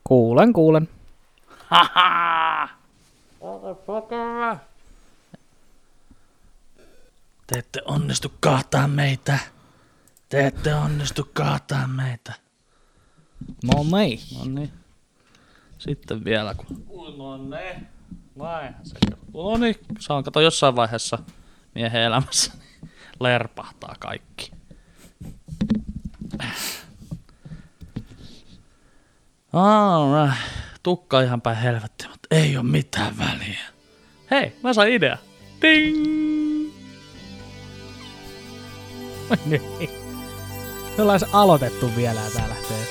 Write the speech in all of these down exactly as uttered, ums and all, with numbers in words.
Kuulen, kuulen. Haha! Te ette onnistu kaataa meitä. Te ette onnistu kaataa meitä. No niin. No niin. Sitten vielä kun... No niin. Vaihan se. No niin. Se on kato jossain vaiheessa miehen elämässä. Niin lerpahtaa kaikki. Alright. Tukka ihan päin helvettiä, mutta ei oo mitään väliä. Hei, mä sain idea. Ding! Niin. Me ollaan aloitettu vielä ja tää lähtee.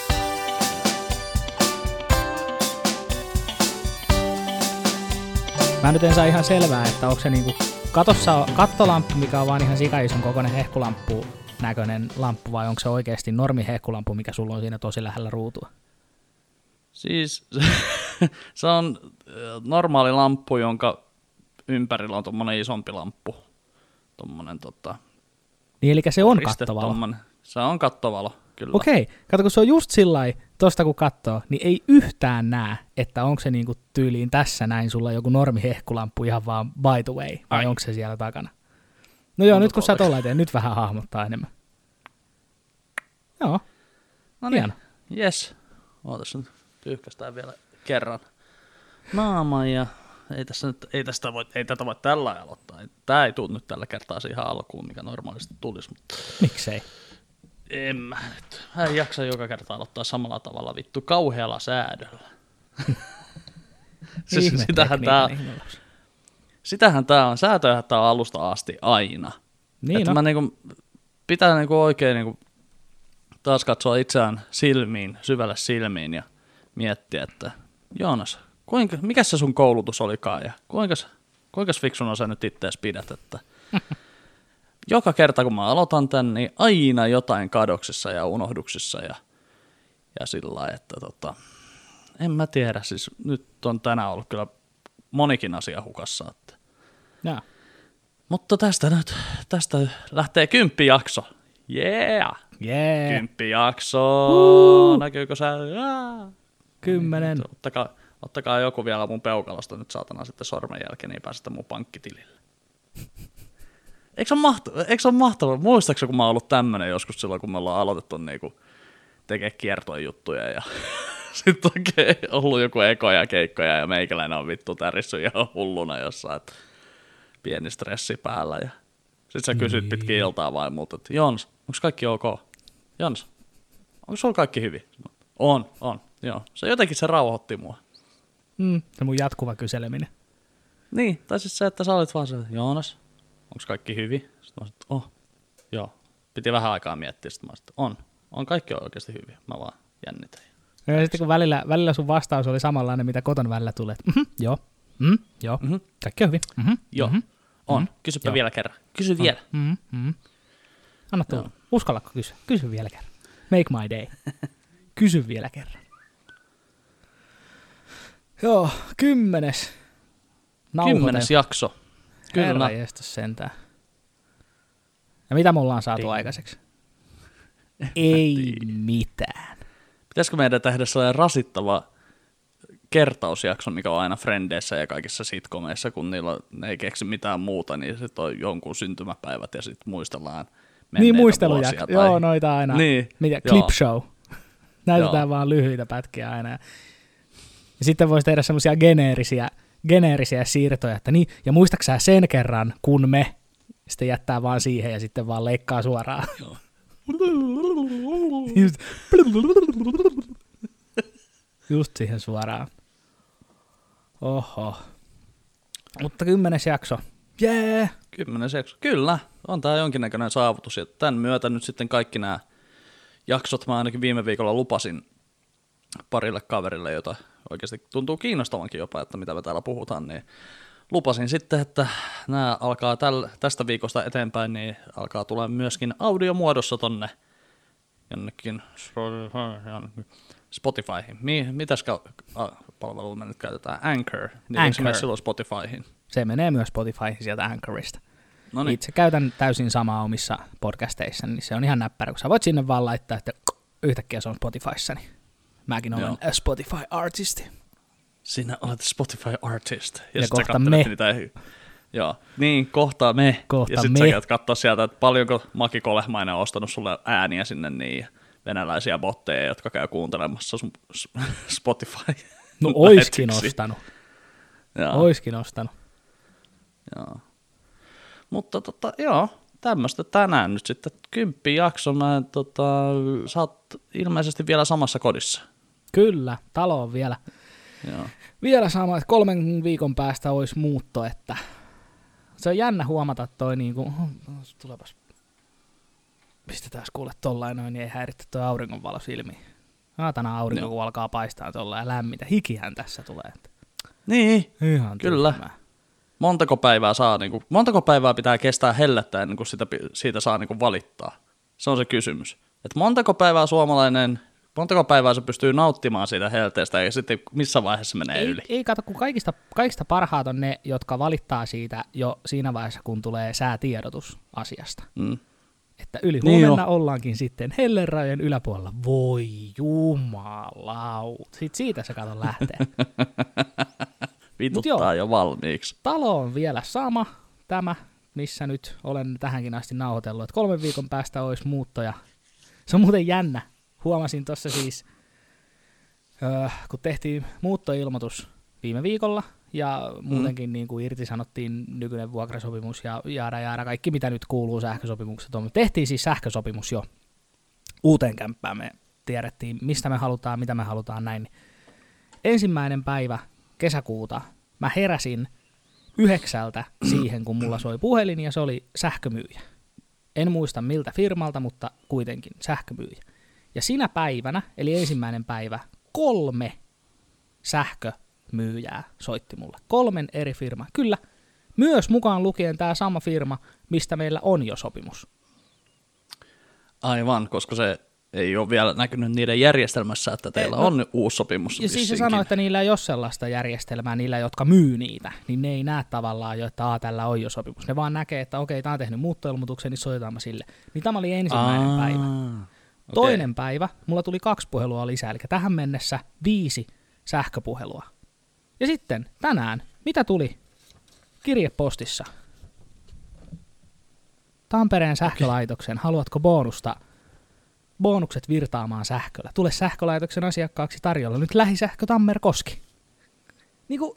Mä nyt en saa ihan selvää, että onko se niinku katossa on kattolamppu, mikä on vaan ihan sikaison kokoinen hehkulamppu näköinen lamppu, vai onko se oikeasti normi hehkulamppu, mikä sulla on siinä tosi lähellä ruutua? Siis se on normaali lamppu, jonka ympärillä on tommonen isompi lamppu. Tommonen tota... Niin, eli se on riste, kattovalo. Tommonen. Se on kattovalo, kyllä. Okei, kato kun se on just sillai, tosta kun katsoo, niin ei yhtään näe, että onko se niinku tyyliin tässä näin sulla joku normi hehkulamppu ihan vaan by the way, vai Ai. onko se siellä takana? No joo, Onko nyt kun sä tuolla? tolla eteen, nyt vähän hahmottaa enemmän. Joo, No niin, hieno. jes. Ootas nyt, pyyhkästään vielä kerran naaman ja ei, tässä nyt, ei, tästä voi, ei tätä voi tällä lailla aloittaa. Tää ei tuu nyt tällä kertaa siihen alkuun, mikä normaalisti tulisi, mutta Miksei? en mä nyt. Mä en jaksa joka kerta aloittaa samalla tavalla vittu kauhealla säädöllä. siis Ihme sitähän tää, tekniikan ihmelys. sitähän tää on, säätöjähän tää on alusta asti aina. Niin että no. mä niinku, pitää niinku oikein niinku taas katsoa itseään silmiin, syvälle silmiin ja miettiä, että Joonas, kuinka, mikä se sun koulutus olikaan ja kuinka, kuinka fiksuna sä nyt ittees pidät, että joka kerta kun mä aloitan tän, niin aina jotain kadoksissa ja unohduksissa ja, ja sillä lailla, että tota, en mä tiedä, siis nyt on tänään ollut kyllä monikin asia hukassa, että. Jaa. Mutta tästä nyt, tästä lähtee kymppijakso, yeah! Jee, Kymppijakso, Woo! näkyykö sä? Jaa. kymmenen. Ottakaa, ottakaa joku vielä mun peukalosta nyt saatana sitten sormenjälkeen, niin pääsette mun pankkitilille. Eikö se ole mahtavaa? Eikö se ole mahtavaa? Muistaakseni, kun mä oon ollut tämmönen joskus silloin, kun me ollaan aloitettu niinku tekee kiertojen juttuja ja sitten oikein ollut joku ekoja keikkoja ja meikäläinen on vittu tärissyt ihan hulluna jossain, että pieni stressi päällä ja sit sä kysyt Niin. pitkin iltaa vai muuta, että Jons, onko kaikki ok? Jons, onko sulla kaikki hyvin? On, on, joo. Se jotenkin se rauhoitti mua. Mm, se mun jatkuva kyseleminen. Niin, tai siis se, että sä olit vaan se, että Joonas, onko kaikki hyvin? Sitten mä sanoin, että oh, joo. Piti vähän aikaa miettiä, sitten mä sanoin, että on, on kaikki oikeasti hyvin. Mä vaan jännitän. Ja sitten kun välillä, välillä sun vastaus oli samanlainen, mitä koton välillä tulee, että mm-hmm, joo, mm, joo, Mm-hmm. kaikki on hyvin. Mm-hmm, Joo, mm-hmm, on. mm-hmm, Kysypä joo. vielä kerran. Kysy vielä. Mm-hmm, mm-hmm. Anna tulla. Joo. Uskallako kysyä? Kysy vielä kerran. Make my day. Kysy vielä kerran. Joo, kymmenes. Nauhoite. Kymmenes jakso. Kyllä. Herra jestas sentään. Ja mitä me ollaan saatu Ding. aikaiseksi? Ei mitään. Pitäisikö meidän tehdä sellainen rasittava kertausjakso, mikä on aina Frendeissä ja kaikissa sitcomeissa, kun niillä on, ne ei keksi mitään muuta, niin sitten on jonkun syntymäpäivät ja sitten muistellaan menneitä Niin vuosia. muistelujakso. Tai... Joo, noita aina. Niin, Mitä? joo. Clip show. Näytetään Joo. vaan lyhyitä pätkiä aina. Ja sitten voisi tehdä semmoisia geneerisiä, geneerisiä siirtoja, että niin, ja muistaaksä sen kerran, kun me, sitten jättää vaan siihen ja sitten vaan leikkaa suoraan. Joo. Just, just siihen suoraan. Oho. Mutta kymmenes jakso. Jee! Yeah. Kymmenes jakso. Kyllä, on tämä jonkinnäköinen saavutus. Ja tämän myötä nyt sitten kaikki nämä jaksot, mä ainakin viime viikolla lupasin parille kaverille, jota oikeasti tuntuu kiinnostavankin jopa, että mitä me täällä puhutaan, niin lupasin sitten, että nämä alkaa täl, tästä viikosta eteenpäin, niin alkaa tulla myöskin audiomuodossa tonne jonnekin Spotifyhin. Mi, mitäs palvelua me nyt käytetään? Anchor. Niin Anchor. Anchor. Silloin Spotifyhin. Se menee myös Spotifyhin sieltä Anchorista. Noniin. Itse käytän täysin samaa omissa podcasteissa, niin se on ihan näppärä, kun sä voit sinne vaan laittaa, että yhtäkkiä se on Spotifyssa, niin Mäkin olen Joo. Spotify-artisti. Sinä olet Spotify artist. Ja, Ja sit kohta sä kattelet me. niitä. Joo, niin, kohta me. Kohta ja sit me. sä käyt katsoa sieltä, että paljonko Maki Kolehmainen on ostanut sulle ääniä sinne niin. Ja venäläisiä botteja, jotka käy kuuntelemassa sun Spotify. No oiskin ostanut. Joo. Oiskin ostanut. Joo. Mutta tota, joo, tämmöistä tänään nyt sitten. Kymppi jakso. Mä, tota, sä oot ilmeisesti vielä samassa kodissa. Kyllä, talo on vielä, Joo. vielä sama, että kolmen viikon päästä olisi muutto, että se on jännä huomata toi niinku, tulepas, pistetään kuule tollain noin, niin ei häiritse toi auringonvalo silmiin. Saatana aurinko, Joo. kun alkaa paistaa tollain ja lämmitä, hikihän tässä tulee. Että Niin, ihan kyllä. tyhmää. Montako päivää saa, niin kuin, montako päivää pitää kestää hellettä ennen kuin sitä, siitä saa niin kuin valittaa? Se on se kysymys. Että montako päivää suomalainen, montako päivää se pystyy nauttimaan siitä helteestä ja sitten missä vaiheessa menee Ei, yli? ei kato, kun kaikista, kaikista parhaat on ne, jotka valittaa siitä jo siinä vaiheessa, kun tulee säätiedotus asiasta. Mm. Että yli Niin huomenna jo. ollaankin sitten hellenrajojen yläpuolella. Voi jumalaut. Sitten siitä se kato lähtee. Vituttaa jo valmiiksi. Talo on vielä sama, tämä, missä nyt olen tähänkin asti nauhoitellut, että kolmen viikon päästä olisi muuttoja. Se on muuten jännä. Huomasin tuossa siis, öö, kun tehtiin muuttoilmoitus viime viikolla, ja muutenkin mm. niin kuin irtisanottiin nykyinen vuokrasopimus ja jaada jaada, kaikki mitä nyt kuuluu sähkösopimukset on. Tehtiin siis sähkösopimus jo uuteen kämppään. Me tiedettiin, mistä me halutaan, mitä me halutaan näin. Ensimmäinen päivä kesäkuuta mä heräsin yhdeksältä siihen, kun mulla soi puhelin, ja se oli sähkömyyjä. En muista miltä firmalta, mutta kuitenkin sähkömyyjä. Ja sinä päivänä, eli ensimmäinen päivä, kolme sähkömyyjää soitti mulle. Kolmen eri firmaa. Kyllä, myös mukaan lukien tämä sama firma, mistä meillä on jo sopimus. Aivan, koska se ei ole vielä näkynyt niiden järjestelmässä, että teillä no, on uusi sopimus. Ja siis se vissinkin. sanoi, että niillä ei ole sellaista järjestelmää, niillä, jotka myy niitä, niin ne ei näe tavallaan jo, että Aa, tällä on jo sopimus. Ne vaan näkee, että okei, tämä on tehnyt muuttoilmoituksen, niin soitetaanpa sille. Niin tämä oli ensimmäinen Aa, päivä. okay. Toinen päivä, mulla tuli kaksi puhelua lisää, eli tähän mennessä viisi sähköpuhelua. Ja sitten tänään, mitä tuli kirjepostissa? Tampereen sähkölaitoksen, haluatko bonusta? Bonukset virtaamaan sähköllä. Tule sähkölaitoksen asiakkaaksi tarjolla. Nyt lähisähkö Tammerkoski. Niinku,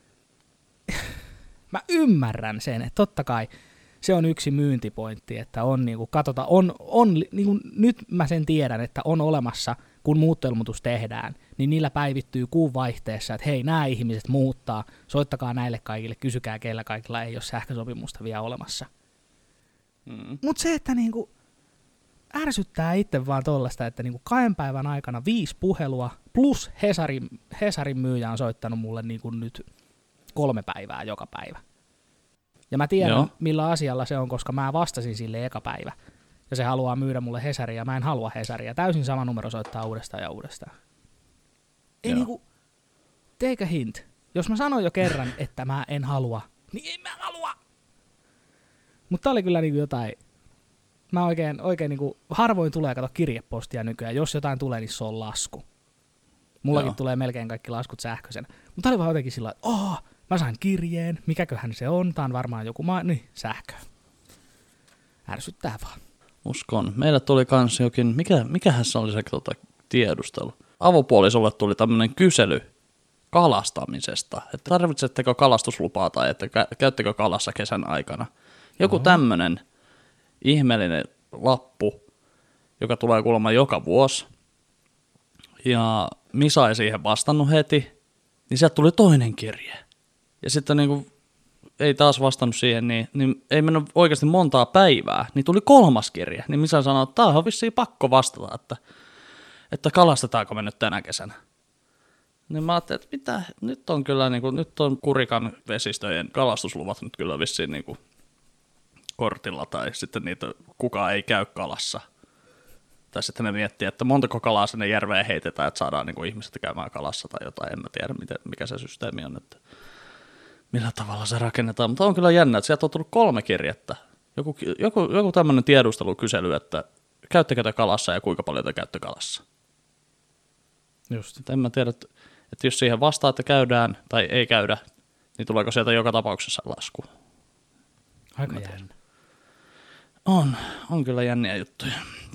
mä ymmärrän sen, että totta kai se on yksi myyntipointti, että on niinku, katota, on, on niinku, nyt mä sen tiedän, että on olemassa, kun muuttoilmoitus tehdään, niin niillä päivittyy kuun vaihteessa, että hei, nämä ihmiset muuttaa, soittakaa näille kaikille, kysykää keillä kaikilla ei ole sähkösopimusta vielä olemassa. Mm. Mutta se, että niinku, ärsyttää itse vaan tollaista, että niinku kahden päivän aikana viisi puhelua, plus Hesarin, Hesarin myyjä on soittanut mulle niinku nyt kolme päivää joka päivä. Ja mä tiedän, Joo. millä asialla se on, koska mä vastasin sille eka päivä. Ja se haluaa myydä mulle Hesaria, ja mä en halua Hesaria. Täysin sama numero soittaa uudestaan ja uudestaan. Ei Joo. niinku, take a hint. Jos mä sanon jo kerran, että mä en halua, niin en mä halua! Mutta tää oli kyllä niinku jotain. Mä oikein, oikein niinku, harvoin tulee kato kirjepostia nykyään. Jos jotain tulee, niin se on lasku. Mullakin Joo. tulee melkein kaikki laskut sähköisenä. Mutta tää oli vaan jotenkin sillä että oh, mä sain kirjeen, mikäköhän se on, tää on varmaan joku maa, niin sähkö. Ärsyttää vaan. Uskon. Meille tuli kans jokin, mikä, mikähän se oli se tota, tiedustelu? Avopuolisolle tuli tämmönen kysely kalastamisesta, että tarvitsetteko kalastuslupaa tai että kä- käyttekö kalassa kesän aikana. Joku Oho. tämmönen ihmeellinen lappu, joka tulee kuulemma joka vuosi. Ja Misa ei siihen vastannut heti, niin sieltä tuli toinen kirje. Ja sitten niinku ei taas vastannut siihen, niin, niin ei mennyt oikeasti montaa päivää, niin tuli kolmas kirje. Niin Misa sanoi, että tämä on vissiin pakko vastata, että, että kalastetaanko me nyt tänä kesänä. Niin mä ajattelin, että mitä, nyt on kyllä, niin kuin, nyt on Kurikan vesistöjen kalastusluvat nyt kyllä vissiin niin kuin kortilla, tai sitten niitä kukaan ei käy kalassa. Tai sitten ne miettii, että montako kalaa sinne järveen heitetään, että saadaan niin kuin ihmiset käymään kalassa tai jotain, en mä tiedä miten, mikä se systeemi on, että millä tavalla se rakennetaan. Mutta on kyllä jännä, että sieltä on tullut kolme kirjettä. Joku, joku, joku tämmöinen tiedustelukysely, että käyttekö te kalassa ja kuinka paljon te käytte kalassa. Just. Mutta en mä tiedä, että, että jos siihen vastaa, että käydään tai ei käydä, niin tuleeko sieltä joka tapauksessa lasku? Aika jännä. On, on kyllä jänniä juttuja.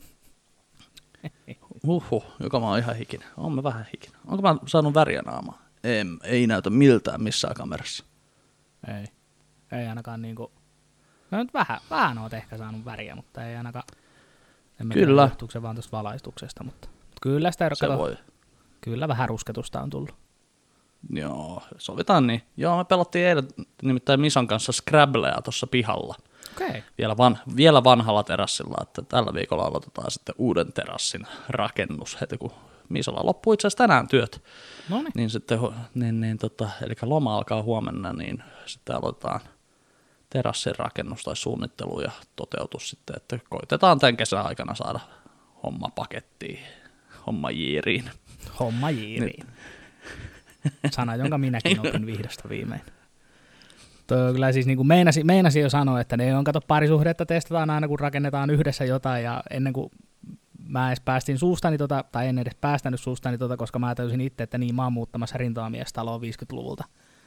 Huhhuh, joka mä oon ihan hikinen. Oon mä vähän hikinen. Onko mä saanut väriä naamaa? Ei, ei näytä miltään missään kamerassa. Ei. Ei ainakaan niinku... No nyt vähän, vähän oot ehkä saanut väriä, mutta ei ainakaan... En Kyllä. Johtuuko se vaan tuosta valaistuksesta, mutta... Kyllä sitä Se voi. Kyllä vähän rusketusta on tullut. Joo, sovitaan niin. Joo, me pelattiin eilen nimittäin Misan kanssa Scrabblea tuossa pihalla. Okei. Okay. Vielä, van, vielä vanhalla terassilla, että tällä viikolla aloitetaan sitten uuden terassin rakennus heti, kun Misalla loppuu itse asiassa tänään työt. Noniin. Niin sitten, niin, niin, tota, eli loma alkaa huomenna, niin sitten aloitetaan terassin rakennus tai suunnittelu ja toteutus sitten, että koitetaan tämän kesän aikana saada homma pakettiin, homma jiiriin. Homma jiiriin. Sana, jonka minäkin opin vihdosta viimein. Toi kyllä siis niin kuin meinasi, meinasi jo sanoa, että ne on, kato, parisuhdetta testataan aina, kun rakennetaan yhdessä jotain, ja ennen kuin mä edes päästin suustani, tota, tai en edes päästänyt suustani, tota, koska mä täysin itse, että niin, mä oon muuttamassa rintamamiestaloa viisikymmentäluvulta.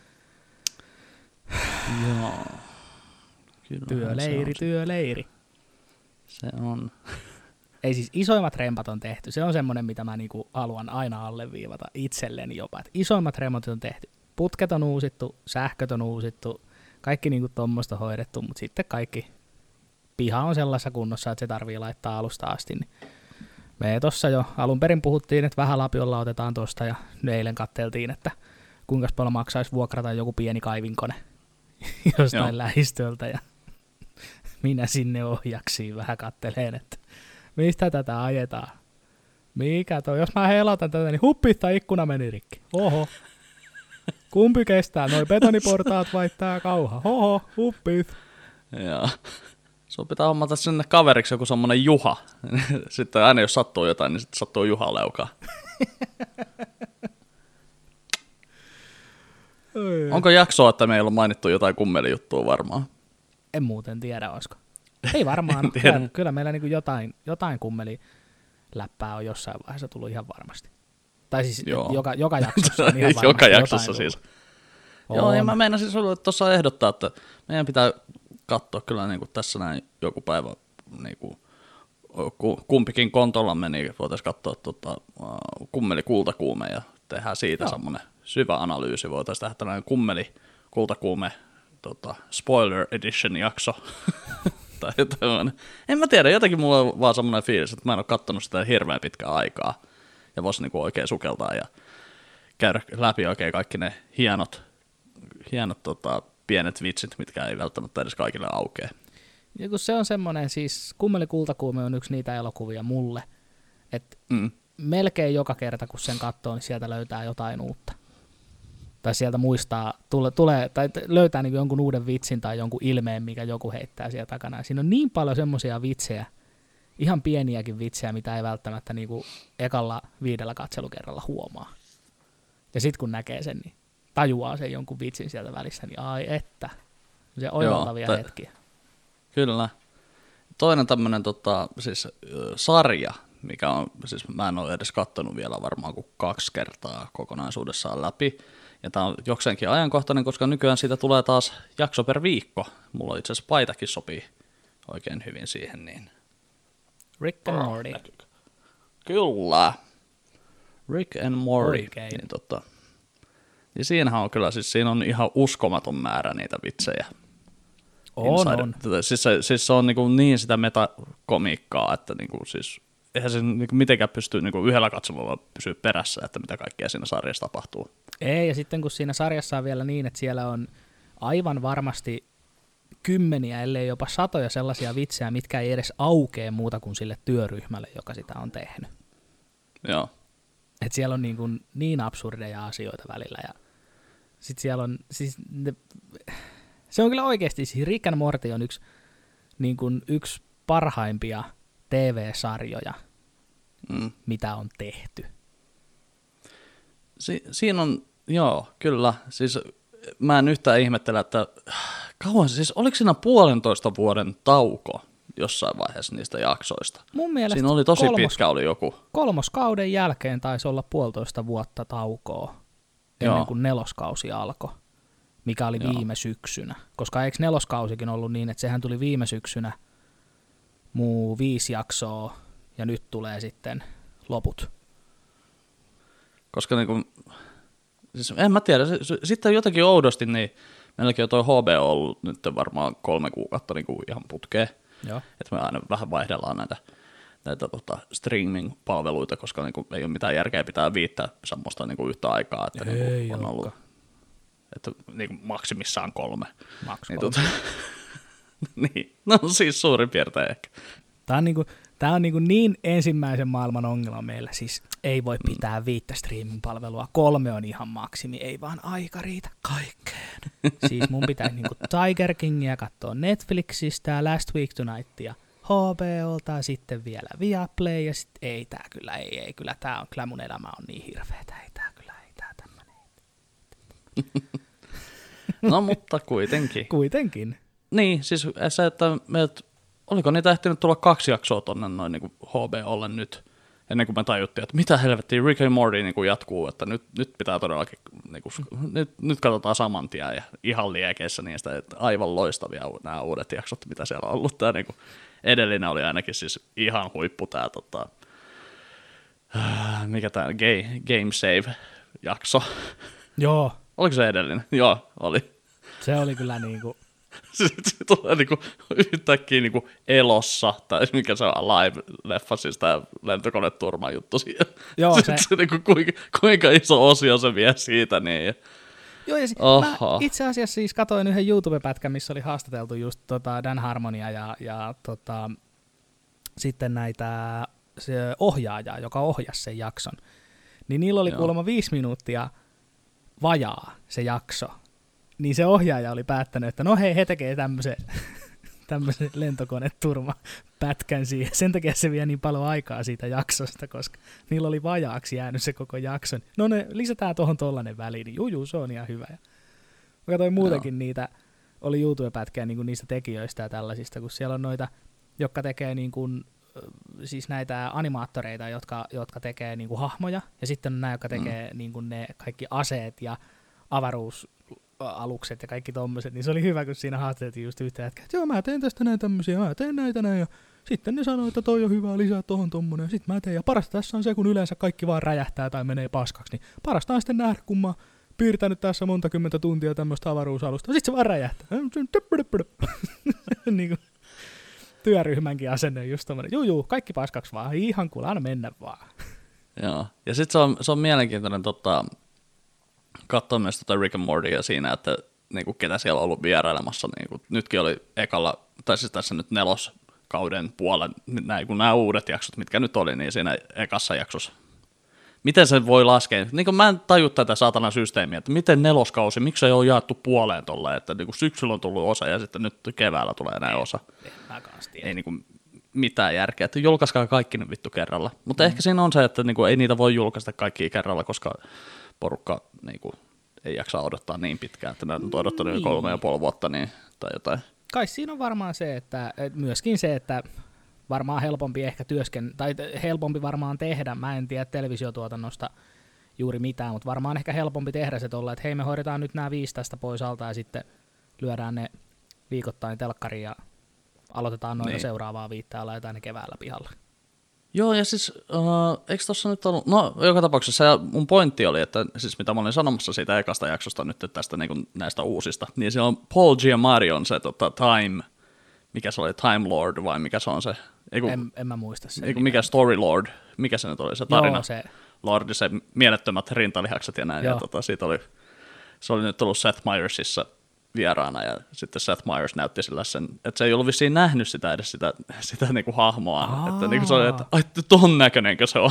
Joo. Kyllähän Työleiri, se työleiri. Se on. Ei siis isoimmat rempat on tehty. Se on semmoinen, mitä mä niinku haluan aina alleviivata itselleni jopa. Et isoimmat remontit on tehty. Putket on uusittu, sähköt on uusittu, kaikki niinku tuommoista hoidettu, mutta sitten kaikki piha on sellaisessa kunnossa, että se tarvii laittaa alusta asti. Niin me tuossa jo alun perin puhuttiin, että vähän lapiolla otetaan tuosta, ja eilen katteltiin, että kuinka paljon maksaisi vuokrata joku pieni kaivinkone jostain Joo. lähistöltä, ja minä sinne ohjaksiin vähän katteleen, että mistä tätä ajetaan. Mikä toi? Jos mä heilotan tätä, niin huppittaa ikkuna meni rikki. Oho. Kumpi kestää? Noi betoniportaat vai tää kauha? Oho, huppit. Joo. Sun pitää hommata sinne kaveriksi joku semmonen Juha. Sitten aina jos sattuu jotain, niin sitten sattuu Juha leukaa. Onko jaksoa, että meillä on mainittu jotain kummelijuttua varmaan? En muuten tiedä, olisiko. Ei varmaan. kyllä, kyllä meillä niin jotain, jotain kummeliläppää on jossain vaiheessa tullut ihan varmasti. Tai siis joka, joka jaksossa on ihan varmasti joka jaksossa siis. On. Joo, ja mä meinasin sulle tuossa ehdottaa, että meidän pitää katsoa kyllä niin kuin tässä näin joku päivä niin kuin, kumpikin kontollamme, niin voitaisiin katsoa tota, kummeli kultakuume ja tehdään siitä semmoinen syvä analyysi. Voitaisiin tehdä tällainen kummeli kultakuume tota, spoiler edition jakso. tai jotain. En mä tiedä, jotenkin mulla on vaan semmoinen fiilis, että mä en ole katsonut sitä hirveän pitkää aikaa ja voisi niinku oikein sukeltaa ja käydä läpi oikein kaikki ne hienot, hienot tota, pienet vitsit, mitkä ei välttämättä edes kaikille aukea. Ja kun se on semmoinen, siis Kummeli kultakuume on yksi niitä elokuvia mulle, että mm. melkein joka kerta kun sen katsoo, niin sieltä löytää jotain uutta. Tai sieltä muistaa, tule, tulee, tai löytää niin jonkun uuden vitsin tai jonkun ilmeen, mikä joku heittää siellä takana. Ja siinä on niin paljon semmoisia vitsejä, ihan pieniäkin vitsejä, mitä ei välttämättä niin kuin ekalla viidellä katselukerralla huomaa. Ja sitten kun näkee sen, niin tajuaa sen jonkun vitsin sieltä välissä, niin ai että. Se oivaltavia Joo, hetkiä. Kyllä. Toinen tämmöinen tota, siis, sarja, mikä on, siis mä en ole edes katsonut vielä varmaan kuin kaksi kertaa kokonaisuudessaan läpi. Ja tämä on jokseenkin ajankohtainen, koska nykyään siitä tulee taas jakso per viikko. Mulla itse asiassa paitakin sopii oikein hyvin siihen. Niin. Rick and Morty. Kyllä. Rick and Morty. Niin, tota, niin siinähän on kyllä, siis siinä on ihan uskomaton määrä niitä vitsejä. On, on. Siis se, siis se on niin, kuin niin sitä metakomiikkaa, että niin kuin siis eihän se niin kuin mitenkään pysty niin kuin yhdellä katsomulla pysyä perässä, että mitä kaikkea siinä sarjassa tapahtuu. Ei, ja sitten kun siinä sarjassa on vielä niin, että siellä on aivan varmasti kymmeniä, ellei jopa satoja sellaisia vitsejä, mitkä ei edes aukee muuta kuin sille työryhmälle, joka sitä on tehnyt. Joo. Et siellä on niin, kuin niin absurdeja asioita välillä, ja sitten siellä on, siis ne, se on kyllä oikeasti, siis Rick and Morty on yksi, niin kuin yksi parhaimpia T V-sarjoja, mm. mitä on tehty. Si- siinä on, joo, kyllä. Siis mä en yhtään ihmettele, että kauan, siis oliko siinä puolentoista vuoden tauko jossain vaiheessa niistä jaksoista. Mun mielestä Siinä oli tosi kolmos, pitkä oli joku. Kolmoskauden jälkeen taisi olla puolitoista vuotta taukoa ennen Joo. kuin neloskausi alkoi, mikä oli Joo. viime syksynä. Koska eikö neloskausikin ollut niin, että sehän tuli viime syksynä muu viisi jaksoa ja nyt tulee sitten loput. Koska niinku, siis en mä tiedä, se, se, sitten jotenkin oudosti, niin meilläkin on toi H B O ollut nyt varmaan kolme kuukautta niinku ihan putkeen. Joo. Että me aina vähän vaihdellaan näitä, näitä tota, streaming-palveluita, koska niinku ei ole mitään järkeä pitää viittää semmoista niinku yhtä aikaa, että Ei niinku on ollut, että niinku maksimissaan kolme. Maks Niin, kolme. tota, niin, no siis suurin piirtein ehkä. Tämä on, niinku, tää on niinku niin ensimmäisen maailman ongelma meillä, siis ei voi pitää viittä streaming-palvelua, kolme on ihan maksimi, ei vaan aika riitä kaikkeen. Siis mun pitäisi niinku Tiger Kingia katsoa Netflixistä ja Last Week Tonightia H B Olta ja sitten vielä Viaplay ja sitten ei tää kyllä, ei, ei kyllä, tää on, kyllä mun elämä on niin hirveetä, ei tää kyllä, ei tää tämmönen. No mutta kuitenkin. Kuitenkin. Niin, siis se, että meiltä, oliko niitä ehtinyt tulla kaksi jaksoa tonne noin niin H B Olle nyt, ennen kuin me tajuttiin, että mitä helvettiä Rick and Morty niin kuin jatkuu, että nyt, nyt pitää todellakin, niin kuin, nyt, nyt katsotaan saman tien ja ihan liekeissä niistä, että aivan loistavia nämä uudet jaksot, mitä siellä on ollut. Tämä niin kuin, edellinen oli ainakin siis ihan huippu tämä, tota, mikä tämä Game, Game Save-jakso. Joo, Oliko se edellinen? Joo, oli. se oli kyllä niinku, Sitten se tulee niinku yhtäkkiä niinku elossa, tai mikä se on Alive-leffa, siis tämä lentokoneturma juttu siihen. Joo, Sitten se- se, niinku, kuinka, kuinka iso osio se vie siitä. Niin. joo, ja si- Oho. mä itse asiassa siis katoin yhden YouTube-pätkän, missä oli haastateltu just tota Dan Harmonia ja, ja tota, sitten näitä se ohjaajaa, joka ohjasi sen jakson. Niin niillä oli Joo. kuulemma viisi minuuttia vajaa se jakso. Niin se ohjaaja oli päättänyt, että no hei, he tekee tämmöisen tämmöisen lentokoneturmapätkän siihen. Sen takia se vie niin paljon aikaa siitä jaksosta, koska niillä oli vajaaksi jäänyt se koko jakson. No ne lisätään tuohon tollanen väliin, niin juu, juu, se on ihan hyvä. Ja mä katsoin muutenkin no. niitä, oli YouTube-pätkää niin kuin niistä tekijöistä ja tällaisista, kun siellä on noita, jotka tekee niin kuin, siis näitä animaattoreita, jotka, jotka tekee niin kuin hahmoja, ja sitten on nämä, jotka tekee mm. niin kuin ne kaikki aseet ja avaruusalukset ja kaikki tommoset, niin se oli hyvä, kun siinä haastateltiin just yhtä jätkää, että joo, mä teen tästä näin tämmöisiä, mä teen näitä näin, ja sitten ne sanoo, että toi on hyvä, lisää tohon tommonen, ja sitten mä teen, ja parasta tässä on se, kun yleensä kaikki vaan räjähtää tai menee paskaksi, niin parasta on sitten nähdä, kun mä oon piirtänyt tässä monta kymmentä tuntia tämmöistä avaruusalusta, sitten se vaan räjähtää. niin kuin työryhmänkin asenne on just tommonen, juu, juu, kaikki paskaksi vaan, ihan kuule, aina mennä vaan. Joo, ja sitten se on, se on mielenkiintoinen tota, katsoa myös tota Rick and Mortya siinä, että niinku, ketä siellä on ollut vierailemassa. Niinku, nytkin oli ekalla, tai siis tässä nyt neloskauden puolen, näin, kun nämä uudet jaksot, mitkä nyt oli, niin siinä ekassa jaksossa. Miten se voi laskea? Niin kuin mä en taju tätä saatanan systeemiä, että miten neloskausi, miksi ei ole jaettu puoleen tolleen, että niin kuin syksyllä on tullut osa ja sitten nyt keväällä tulee näin osa. Ei niin kuin mitään järkeä, että julkaiskaa kaikki nyt vittu kerralla. Mutta mm. ehkä siinä on se, että niin kuin ei niitä voi julkaista kaikki kerralla, koska porukka niin kuin ei jaksa odottaa niin pitkään, että ne on odottanut niin. kolme ja puoli vuotta niin, tai jotain. Kai siinä on varmaan se, että myöskin se, että varmaan helpompi ehkä työsken, tai helpompi varmaan tehdä, mä en tiedä televisiotuotannosta juuri mitään, mutta varmaan ehkä helpompi tehdä se tuolla, että hei me hoidetaan nyt nämä viisi tästä pois alta ja sitten lyödään ne viikoittain telkkariin ja aloitetaan noita niin. seuraavaa viittaa ja laitetaan ne keväällä pihalla. Joo, ja siis, uh, eikö tossa nyt ollut, no joka tapauksessa mun pointti oli, että siis mitä mä olin sanomassa siitä ekasta jaksosta nyt tästä niin kuin näistä uusista, niin se on Paul Giamatti on se tota, Time, mikä se oli, Time Lord vai mikä se on se? Eiku, en, en mä muista sen. Eiku, mikä Story Lord, mikä se nyt oli, se tarina? Joo, se. Lordi, se mielettömät rintalihakset ja näin, Joo. ja tota, siitä oli, se oli nyt ollut Seth Meyersissa vieraana, ja sitten Seth Meyers näytti sillä sen, että se ei ollut vissiin nähnyt sitä edes sitä, sitä niinku hahmoa, Aa. että niinku se oli, että ai, ton näköinenkö se on.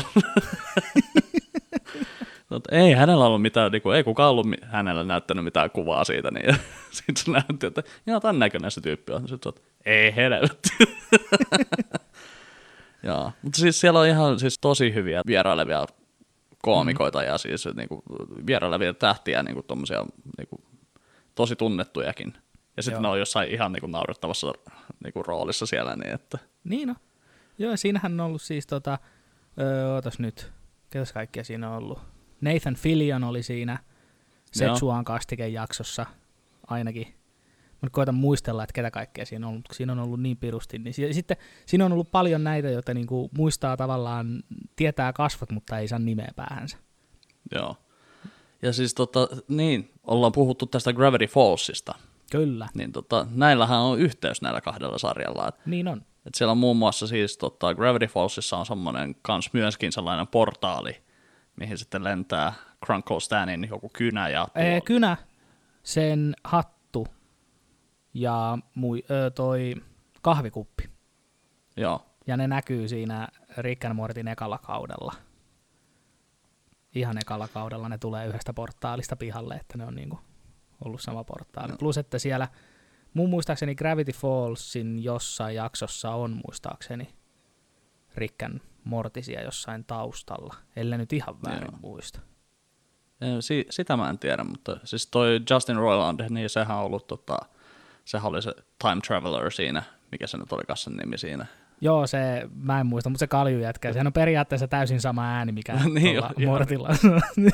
Ei hänellä ollut mitään, niinku, ei kukaan ollut hänellä näyttänyt mitään kuvaa siitä, niin sitten se näytti, että joo, tämän näköinen se tyyppi on. Sitten se, että ei helvetti. Joo, mutta siis siellä on ihan siis tosi hyviä vierailevia koomikoita mm-hmm. ja siis niinku, vierailevia tähtiä, niinku, tommosia, niinku, tosi tunnettujakin. Ja sitten ne on jossain ihan niinku naurettavassa niinku roolissa siellä. Niin, että. Niin on. Joo, siinähän on ollut siis tota, öö, ootas nyt, ketäs kaikkia siinä on ollut. Nathan Fillion oli siinä Setsuan kastiken jaksossa ainakin. Mä koitan muistella, että ketä kaikkea siinä on ollut, siinä on ollut niin pirusti. Niin sitten siinä on ollut paljon näitä, joita niinku muistaa tavallaan, tietää kasvot, mutta ei saa nimeä päähänsä. Joo. Ja siis tota, niin, ollaan puhuttu tästä Gravity Fallsista. Kyllä. Niin tota, näillähän on yhteys näillä kahdella sarjalla. Et, niin on. Et siellä on muun muassa siis tota, Gravity Fallsissa on semmoinen kans myöskin sellainen portaali, mihin sitten lentää Grunkle Stanin joku kynä ja tuo... Ee, kynä, sen hattu ja mui, ö, toi kahvikuppi. Joo. Ja ne näkyy siinä Rick and Mortyn ekalla kaudella. Ihan ekalla kaudella ne tulee yhdestä portaalista pihalle, että ne on niinku ollut sama portaali. No. Plus, että siellä mun muistaakseni Gravity Fallsin jossain jaksossa on muistaakseni Rick and Mortysia jossain taustalla, ellei nyt ihan väärin Joo. muista. Si- sitä mä en tiedä, mutta siis toi Justin Roiland, niin sehän on ollut, tota, sehän oli se Time Traveler siinä, mikä se nyt olikaan sen nimi siinä. Joo, se, mä en muista, mutta se kaljujätkä, sehän on periaatteessa täysin sama ääni, mikä niin tuolla Mortilla on.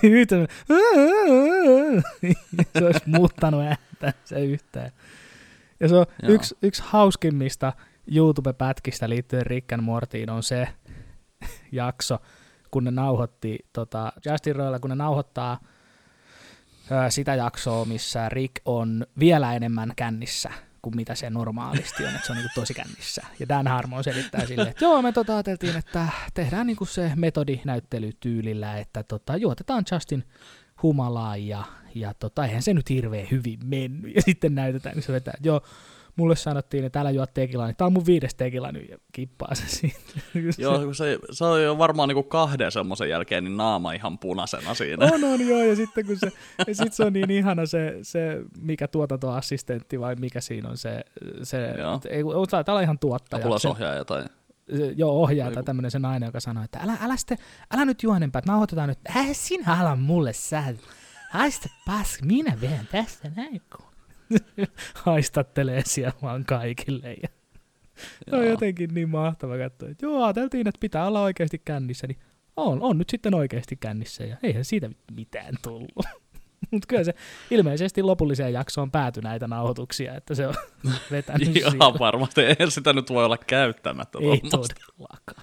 Se olisi muuttanut ääntä se yhteen. Ja se on yksi, yksi hauskimmista YouTube-pätkistä liittyen Rick and Mortyin on se jakso, kun ne nauhoitti, tota, Justin Roiland, kun ne nauhoittaa ää, sitä jaksoa, missä Rick on vielä enemmän kännissä kuin mitä se normaalisti on, että se on niinku tosi kännissä. Ja Dan Harmon selittää silleen, että joo, me tota ajateltiin, että tehdään niinku se metodi näyttelytyylillä, että tota, juotetaan Justin humalaa ja, ja tota, eihän se nyt hirveän hyvin mennyt. Ja sitten näytetään, kun se vetää, että joo, mulle sanottiin, että älä juo tekilaa, niin tää on mun viides tekila nyt, ja kippaa se siitä. Joo, kun se, se on jo varmaan niinku kahden semmoisen jälkeen, niin naama ihan punaisena siinä. On, on, joo, ja sitten kun se, ja sit se on niin ihana se, se mikä tuotantoassistentti, vai mikä siinä on se, se ei, tää on ihan tuottaja. Apulaisohjaaja tai... Se, joo, ohjaaja tai tämmöinen se nainen, joka sanoi, että älä, älä, sitten, älä nyt juo enempää, että nauhoitetaan nyt, äh, sinä ala mulle sä, haista paska, minä vien tästä näin, kun haistattelee siellä vaan kaikille. Ja se on jotenkin niin mahtava katsoa, että joo, ajateltiin, että pitää olla oikeasti kännissä, niin on, on nyt sitten oikeasti kännissä, ja eihän siitä mitään tullut. Mutta kyllä se ilmeisesti lopulliseen jaksoon päätyi näitä nauhoituksia, että se on vetänyt ihan siellä. Varmasti, eihän sitä nyt voi olla käyttämättä. Ei todellakaan.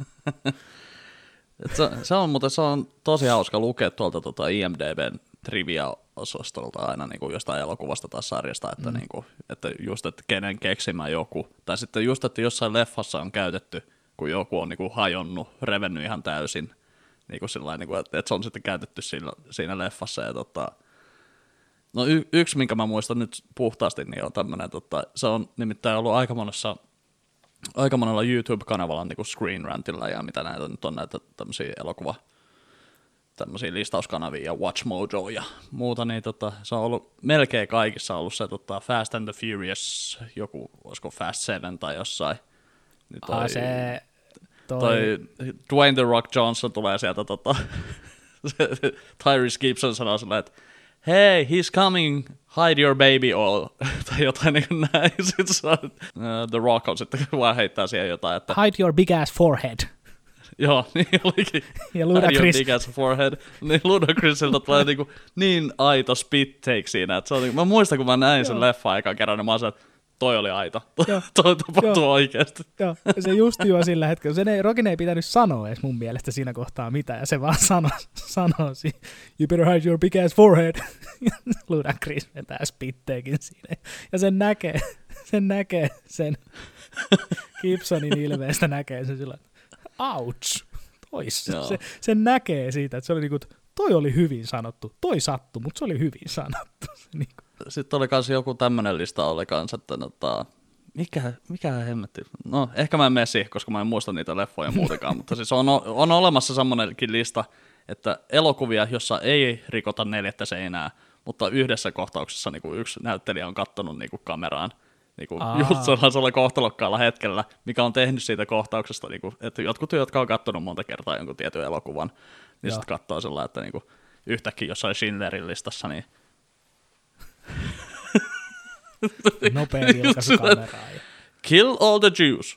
se, se, on, mutta se on tosi hauska lukea tuolta tuota I M D B:n trivia-osastolta aina niin kuin jostain elokuvasta tai sarjasta, että, mm. niin kuin, että just, että kenen keksimä joku, tai sitten just, että jossain leffassa on käytetty, kun joku on niin kuin hajonnut, revennyt ihan täysin, niin kuin sillain, niin kuin, että, että se on sitten käytetty siinä, siinä leffassa. Ja, tota, no y, yksi, minkä mä muistan nyt puhtaasti, niin on tämmöinen, tota, se on nimittäin ollut aika monessa, aika monella YouTube-kanavalla niin kuin Screen Rantilla ja mitä näitä nyt on näitä tämmöisiä elokuva, tämmöisiä listauskanavia ja Watch Mojo ja muuta, niin tota, se on ollut melkein kaikissa ollut se tota, Fast and the Furious, joku, olisiko Fast Seven tai jossain. Niin toi, ah, se, toi... toi Dwayne The Rock Johnson tulee sieltä, tota, Tyrese Gibson sanoo silleen, että hey, he's coming, hide your baby oil, tai jotain niin kuin näin. Sitten se on, uh, The Rock on sitten vaan heittää siihen jotain, että hide your big ass forehead. Joo, niin olikin. Ja Ludacris. Big ass forehead. Niin Ludacrisilta tulee niinku niin aito spit take siinä. Että se on, mä muistan, kun mä näin sen leffan aikaan kerran, niin mä oon että toi oli aito. Toi tapahtuu oikeasti. Joo, ja se just juo sillä hetkellä. Sen ei, Rokin ei pitänyt sanoa edes mun mielestä siinä kohtaa mitään, ja se vaan sanoo, sanoo siinä, you better hide your big ass forehead. Ludacris vetää spitteekin siinä. Ja sen näkee, sen näkee, sen Gibsonin ilmeestä näkee sen sillä ouch, toissa. Se, sen näkee siitä, että se oli niinku, toi oli hyvin sanottu, toi sattui, mutta se oli hyvin sanottu. Niinku. Sitten oli kans joku tämmönen lista oli kans, että nota, mikä, mikä hemmetti, no ehkä mä en mene siihen, koska mä en muista niitä leffoja muutenkaan, mutta siis on, on olemassa semmonenkin lista, että elokuvia, jossa ei rikota neljättä seinää, mutta yhdessä kohtauksessa niinku yksi näyttelijä on kattonut niinku kameraan. Niinku, just sellaisella kohtalokkaalla hetkellä, mikä on tehnyt siitä kohtauksesta, niinku, että jotkut, jotka on katsonut monta kertaa jonkun tietyn elokuvan, niin sitten katsoo sellainen, että niinku, yhtäkkiä jossain Schindlerin listassa, niin nopea vilkaisu kameraa. Kill all the Jews.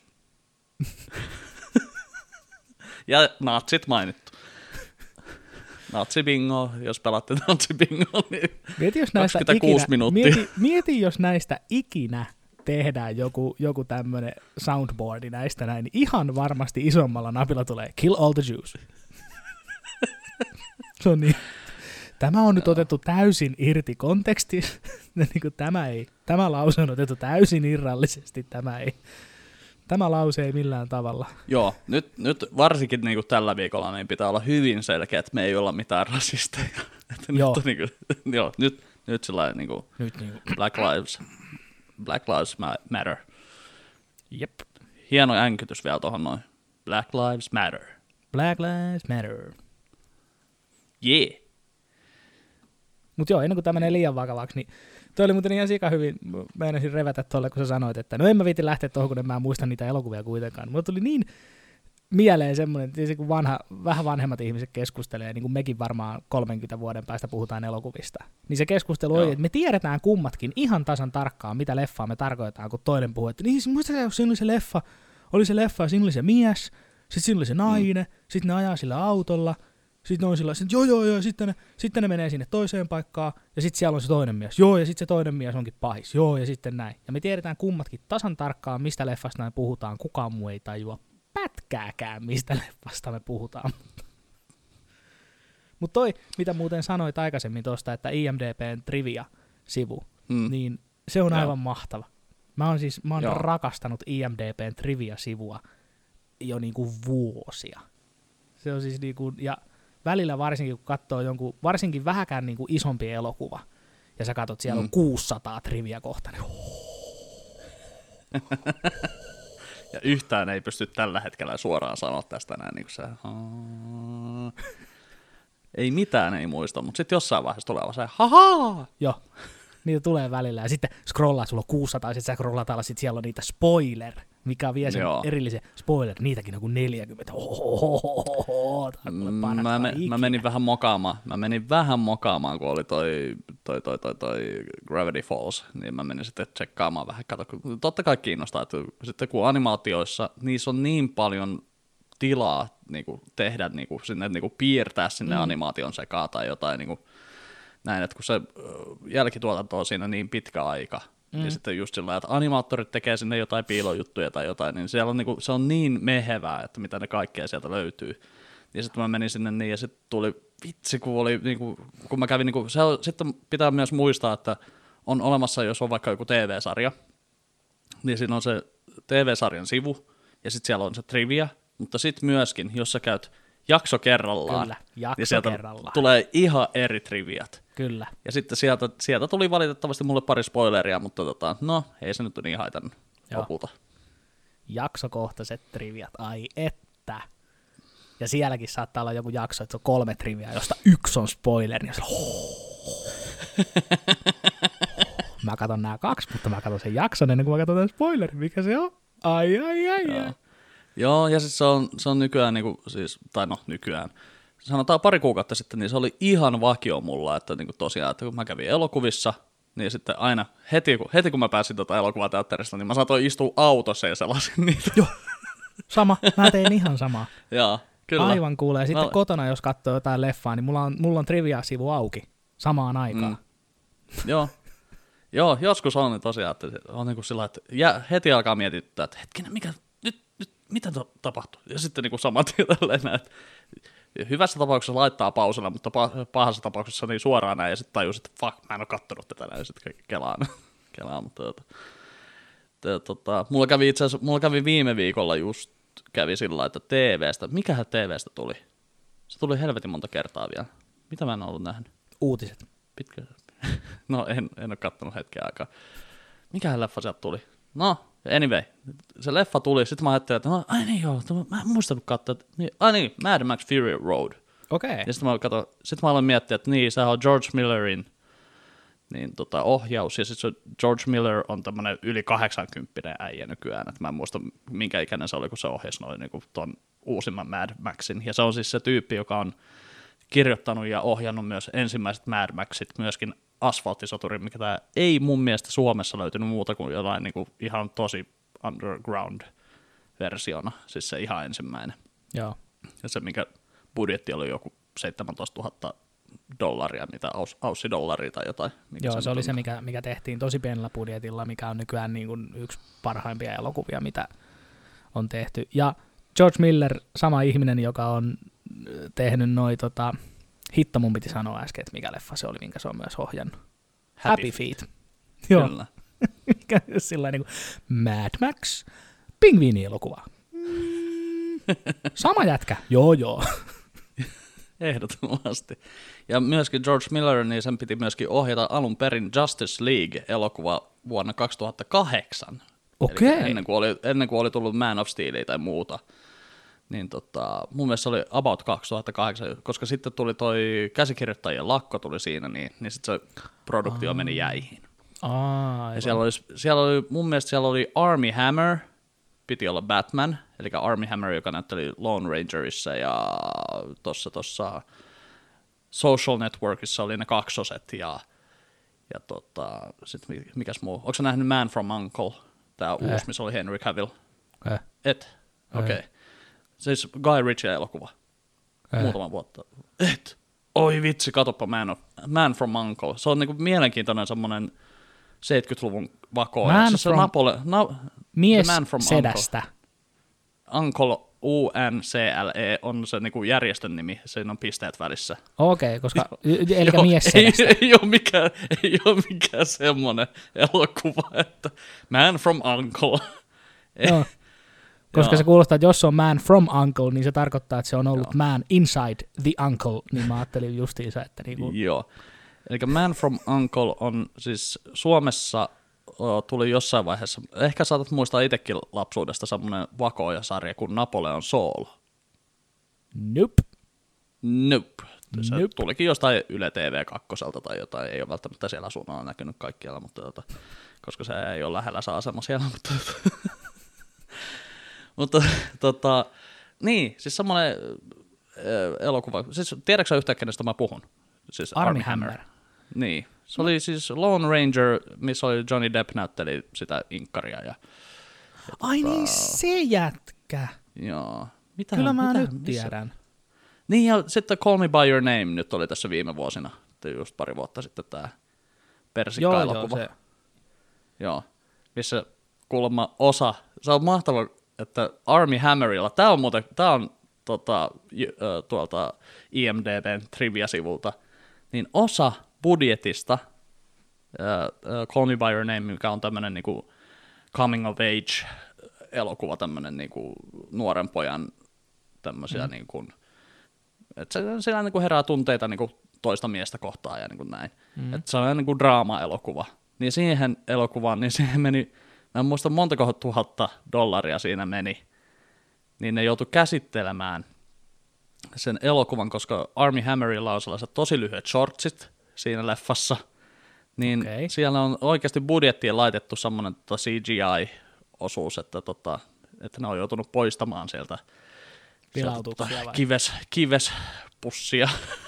Ja natsit mainittu. Natsibingo, jos pelatte natsibingo, niin mieti, jos näistä kaksikymmentäkuusi ikinä, minuuttia. Mieti, mieti, jos näistä ikinä tehdään joku, joku tämmönen soundboardi näistä näin, niin ihan varmasti isommalla napilla tulee Kill all the Jews. Se on niin. Tämä on nyt otettu täysin irti kontekstista. niin tämä, ei, tämä lause on otettu täysin irrallisesti. Tämä, ei, tämä lause ei millään tavalla. Joo, nyt, nyt varsinkin niin kuin tällä viikolla niin pitää olla hyvin selkeä, että me ei olla mitään rasisteja. Että joo. Nyt, niin kuin, joo, nyt, nyt sellainen niin kuin nyt niin kuin. Black Lives, Black Lives Matter. Jep. Hieno änkytys vielä tuohon noin. Black Lives Matter. Black Lives Matter. Yeah. Mutta joo, ennen kuin tämä menee liian vakavaksi, niin toi oli muuten ihan sika hyvin, meinasin revätä tuolle, kun sä sanoit, että no en mä viitin lähteä tuohon, kun en mä muista niitä elokuvia kuitenkaan. Mulla tuli niin mieleen semmoinen, että kun vanha, vähän vanhemmat ihmiset keskustelee, niin kuin mekin varmaan kolmenkymmenen vuoden päästä puhutaan elokuvista, niin se keskustelu oli, että me tiedetään kummatkin ihan tasan tarkkaan, mitä leffaa me tarkoitetaan, kun toinen puhuu, että niin muistatko, kun siinä oli se leffa, oli se leffa ja siinä oli se mies, sitten siinä oli se nainen, mm. sitten ne ajaa sillä autolla, sitten ne on sillä, että joo joo joo, sitten ne, sitten ne menee sinne toiseen paikkaan, ja sitten siellä on se toinen mies, joo, ja sitten se toinen mies onkin pahis, joo, ja sitten näin. Ja me tiedetään kummatkin tasan tarkkaan, mistä leffasta me puhutaan, kukaan muu ei tajua pätkääkään, mistä leffasta me puhutaan. Mutta toi, mitä muuten sanoit aikaisemmin tuosta, että I M D B:n trivia-sivu, mm. niin se on aivan joo. mahtava. Mä oon siis, mä oon joo. rakastanut I M D B:n trivia-sivua jo niinku vuosia. Se on siis niinku, ja välillä varsinkin, kun katsoo jonkun, varsinkin vähäkään niin kuin isompi elokuva, ja sä katsot, siellä mm. on kuusisataa trivia kohta, niin ja yhtään ei pysty tällä hetkellä suoraan sanoa tästä näin, niin kuin se, ei mitään ei muista, mutta sitten jossain vaiheessa tulee vaan se, hahaa! Joo, niitä tulee välillä, ja sitten scrollaa, sulla on kuusisataa, ja sitten sä scrollaat alla, sitten siellä on niitä spoiler, mikä vie sen Joo. erillisen spoiler, niitäkin on kuin neljäkymmentä. Ohohohoho, mä, me, mä menin vähän mokaamaan, mä menin vähän mokaamaan, kun oli toi, toi, toi, toi, toi Gravity Falls, niin mä menin sitten tsekkaamaan vähän, kato, totta kai kiinnostaa, että sitten kun animaatioissa, niissä on niin paljon tilaa niin kuin tehdä, niin kuin, sinne, niin kuin piirtää sinne mm. animaation sekaan tai jotain niin kuin, näin, että kun se jälkituotanto on siinä niin pitkä aika, Mm. ja sitten just sillä että animaattorit tekee sinne jotain piilojuttuja tai jotain, niin siellä on niinku, se on niin mehevää, että mitä ne kaikkea sieltä löytyy. Ja sitten mä menin sinne niin, ja sitten tuli, vitsi, kun oli, niinku, kun mä kävin, niinku, se on, sitten pitää myös muistaa, että on olemassa, jos on vaikka joku T V-sarja, niin siinä on se T V-sarjan sivu, ja sitten siellä on se trivia, mutta sitten myöskin, jos sä käyt jakso kerrallaan, Kyllä, jakso niin sieltä kerrallaan. tulee ihan eri triviat. Kyllä. Ja sitten sieltä, sieltä tuli valitettavasti mulle pari spoileria, mutta tota, no, ei se nyt niin haitannut lopulta. Jaksokohtaiset triviat, ai että. Ja sielläkin saattaa olla joku jakso, että se on kolme triviaa, josta yksi on spoileri. Ja se, mä katson nämä kaksi, mutta mä katson sen jakson ennen kuin mä katson tämän spoilerin. Mikä se on? Ai, ai, ai, Joo. ai. Joo, ja siis se on, se on nykyään, niin kuin, siis, tai no nykyään, sanotaan pari kuukautta sitten, niin se oli ihan vakio mulla, että niin kuin tosiaan, että kun mä kävin elokuvissa, niin sitten aina heti kun, heti kun mä pääsin tuota elokuvateatterista, niin mä saatoin istua autossa ja selasin niitä. Joo, sama, mä teen ihan samaa. Joo, kyllä. Aivan kuulee. Sitten mä... kotona, jos katsoo jotain leffaa, niin mulla on, mulla on trivia-sivu auki samaan aikaan. Mm. Joo. Joo, joskus on tosiaan, että on niin kuin sillä, että jä, heti alkaa mietittää, että hetkinen, mikä, nyt, nyt, mitä to, tapahtuu? Ja sitten niin kuin saman tien tälleen, että hyvässä tapauksessa laittaa pausella, mutta pahassa tapauksessa niin suoraan näin, ja sitten tajus, että fuck, mä en ole kattonut tätä näin, ja sitten kelaan. kelaan mutta, tota, te, tota, mulla kävi itse asiassa, mulla kävi viime viikolla just, kävi sillä että T V:stä, mikähän T V:stä tuli? Se tuli helvetin monta kertaa vielä. Mitä mä en ollut nähnyt? Uutiset. Pitkä. No en, en ole kattonut hetken aikaa. Mikähän leffa sieltä tuli? No, anyway, se leffa tuli, sitten mä ajattelin, että no, ai niin joo, mä en muistanut katsoa, niin, ai niin, Mad Max Fury Road. Okei. Okay. Ja sitten mä, katsoin, sit mä aloin miettiä, että niin, sehän on George Millerin niin, tota, ohjaus, ja sitten George Miller on tämmönen yli kahdeksankymppinen äijä nykyään, että mä en muista minkä ikäinen se oli, kun se ohjasi noin niin kuin ton uusimman Mad Maxin, ja se on siis se tyyppi, joka on kirjoittanut ja ohjannut myös ensimmäiset Mad Maxit, myöskin Asfalttisoturi, mikä tää ei mun mielestä Suomessa löytynyt muuta kuin jotain niin kuin ihan tosi Underground-versiona, siis se ihan ensimmäinen. Joo. Ja se, mikä budjetti oli joku seitsemäntoistatuhatta dollaria, mitä aus, aussidollaria tai jotain. Mikä Joo, se, se oli on. se, mikä, mikä tehtiin tosi pienellä budjetilla, mikä on nykyään niin kuin yksi parhaimpia elokuvia, mitä on tehty. Ja George Miller, sama ihminen, joka on tehnyt noi, tota, hitto mun piti sanoa äsken, että mikä leffa se oli, minkä se on myös ohjannut. Happy, Happy Feet. Feet. Joo. Kyllä. Mikä sillain niin kuin Mad Max, pingviinielokuva. Sama jätkä. Joo, joo. Ehdottomasti. Ja myöskin George Miller, niin sen piti myöskin ohjata alun perin Justice League-elokuva vuonna kaksituhattakahdeksan. Okei. Eli ennen kuin oli, ennen kuin oli tullut Man of Steel tai muuta. Niin tota, mun mielestä se oli about kaksituhattakahdeksan, koska sitten tuli toi käsikirjoittajien lakko tuli siinä, niin, niin sitten se produktio Aa. meni jäihin. Aa, ja siellä oli, siellä oli, mun mielestä siellä oli Armie Hammer, piti olla Batman, eli Armie Hammer, joka näytteli Lone Rangerissa, ja tuossa tossa Social Networkissa oli ne kaksoset, ja, ja tota, sit mikäs muu, onko sä nähnyt Man from U N C L E, tää uusi, eh. missä oli Henry Cavill? Eh. Et? Okei. Okay. Siis Guy Ritchie-elokuva. Eh. Muutama vuotta. Et? Oi vitsi, katoppa Man, of, Man from U N C L E. Se on niinku mielenkiintoinen semmonen seitsemänkymmentäluvun vakoja. Man se from... Napole... Na... Mies Man from sedästä. Uncle U N C L E on se niinku järjestön nimi, siinä on pisteet välissä. Okei, okay, koska, eli Joo, mies sedästä. Ei, ei, ole mikään, ei ole mikään semmoinen elokuva, että Man from Uncle. Joo. Koska se kuulostaa, että jos se on Man from Uncle, niin se tarkoittaa, että se on ollut Joo. Man inside the Uncle, niin mä ajattelin justiinsa, että niinku... Joo. Eli Man from Uncle on siis Suomessa tuli jossain vaiheessa, ehkä saatat muistaa itsekin lapsuudesta semmoinen vakoojasarja kuin Napoleon Soul. Nope. Nope. Se nope. tulikin jostain Yle T V kaksi tai jotain, ei ole välttämättä siellä asunnolla näkynyt kaikkialla, mutta tota, koska se ei ole lähellä se asema siellä. Mutta, mutta tota, niin, siis semmoinen äh, elokuva, siis tiedätkö sä yhtään, kenestä mä puhun? Siis Armie, Armie Hammer. Hammer. Niin, se oli siis Lone Ranger, missä oli Johnny Depp näytteli sitä inkkaria. Ja, ja Ai tota... niin, se jätkä. Joo. Mitä, Kyllä mä mitä, nyt missä? tiedän. Niin, ja sitten Call Me By Your Name nyt oli tässä viime vuosina, just pari vuotta sitten tämä persikka-elokuva. Joo, joo, se. Joo, missä kuulemma osa, se on mahtava, että Armie Hammerilla, tämä on muuten, tämä on tota, tuolta I M D B:n trivia-sivulta, niin osa budjetista, uh, Call Me By Your Name, mikä on tämmöinen niinku coming of age elokuva, tämmöinen niinku nuoren pojan tämmöisiä, mm. niinku, että se, siellä niinku herää tunteita niinku toista miestä kohtaan ja niinku näin. Mm. Että se on niinku draama-elokuva. Niin siihen elokuvaan, niin siihen meni, mä en muista montako tuhatta dollaria siinä meni, niin ne joutui käsittelemään sen elokuvan, koska Armie Hammerilla on sellaiset tosi lyhyet shortsit siinä leffassa, niin okay. Siellä on oikeasti budjettiin laitettu semmoinen tota C G I-osuus, että, tota, että ne on joutunut poistamaan sieltä, sieltä tota, kives, kivespussia.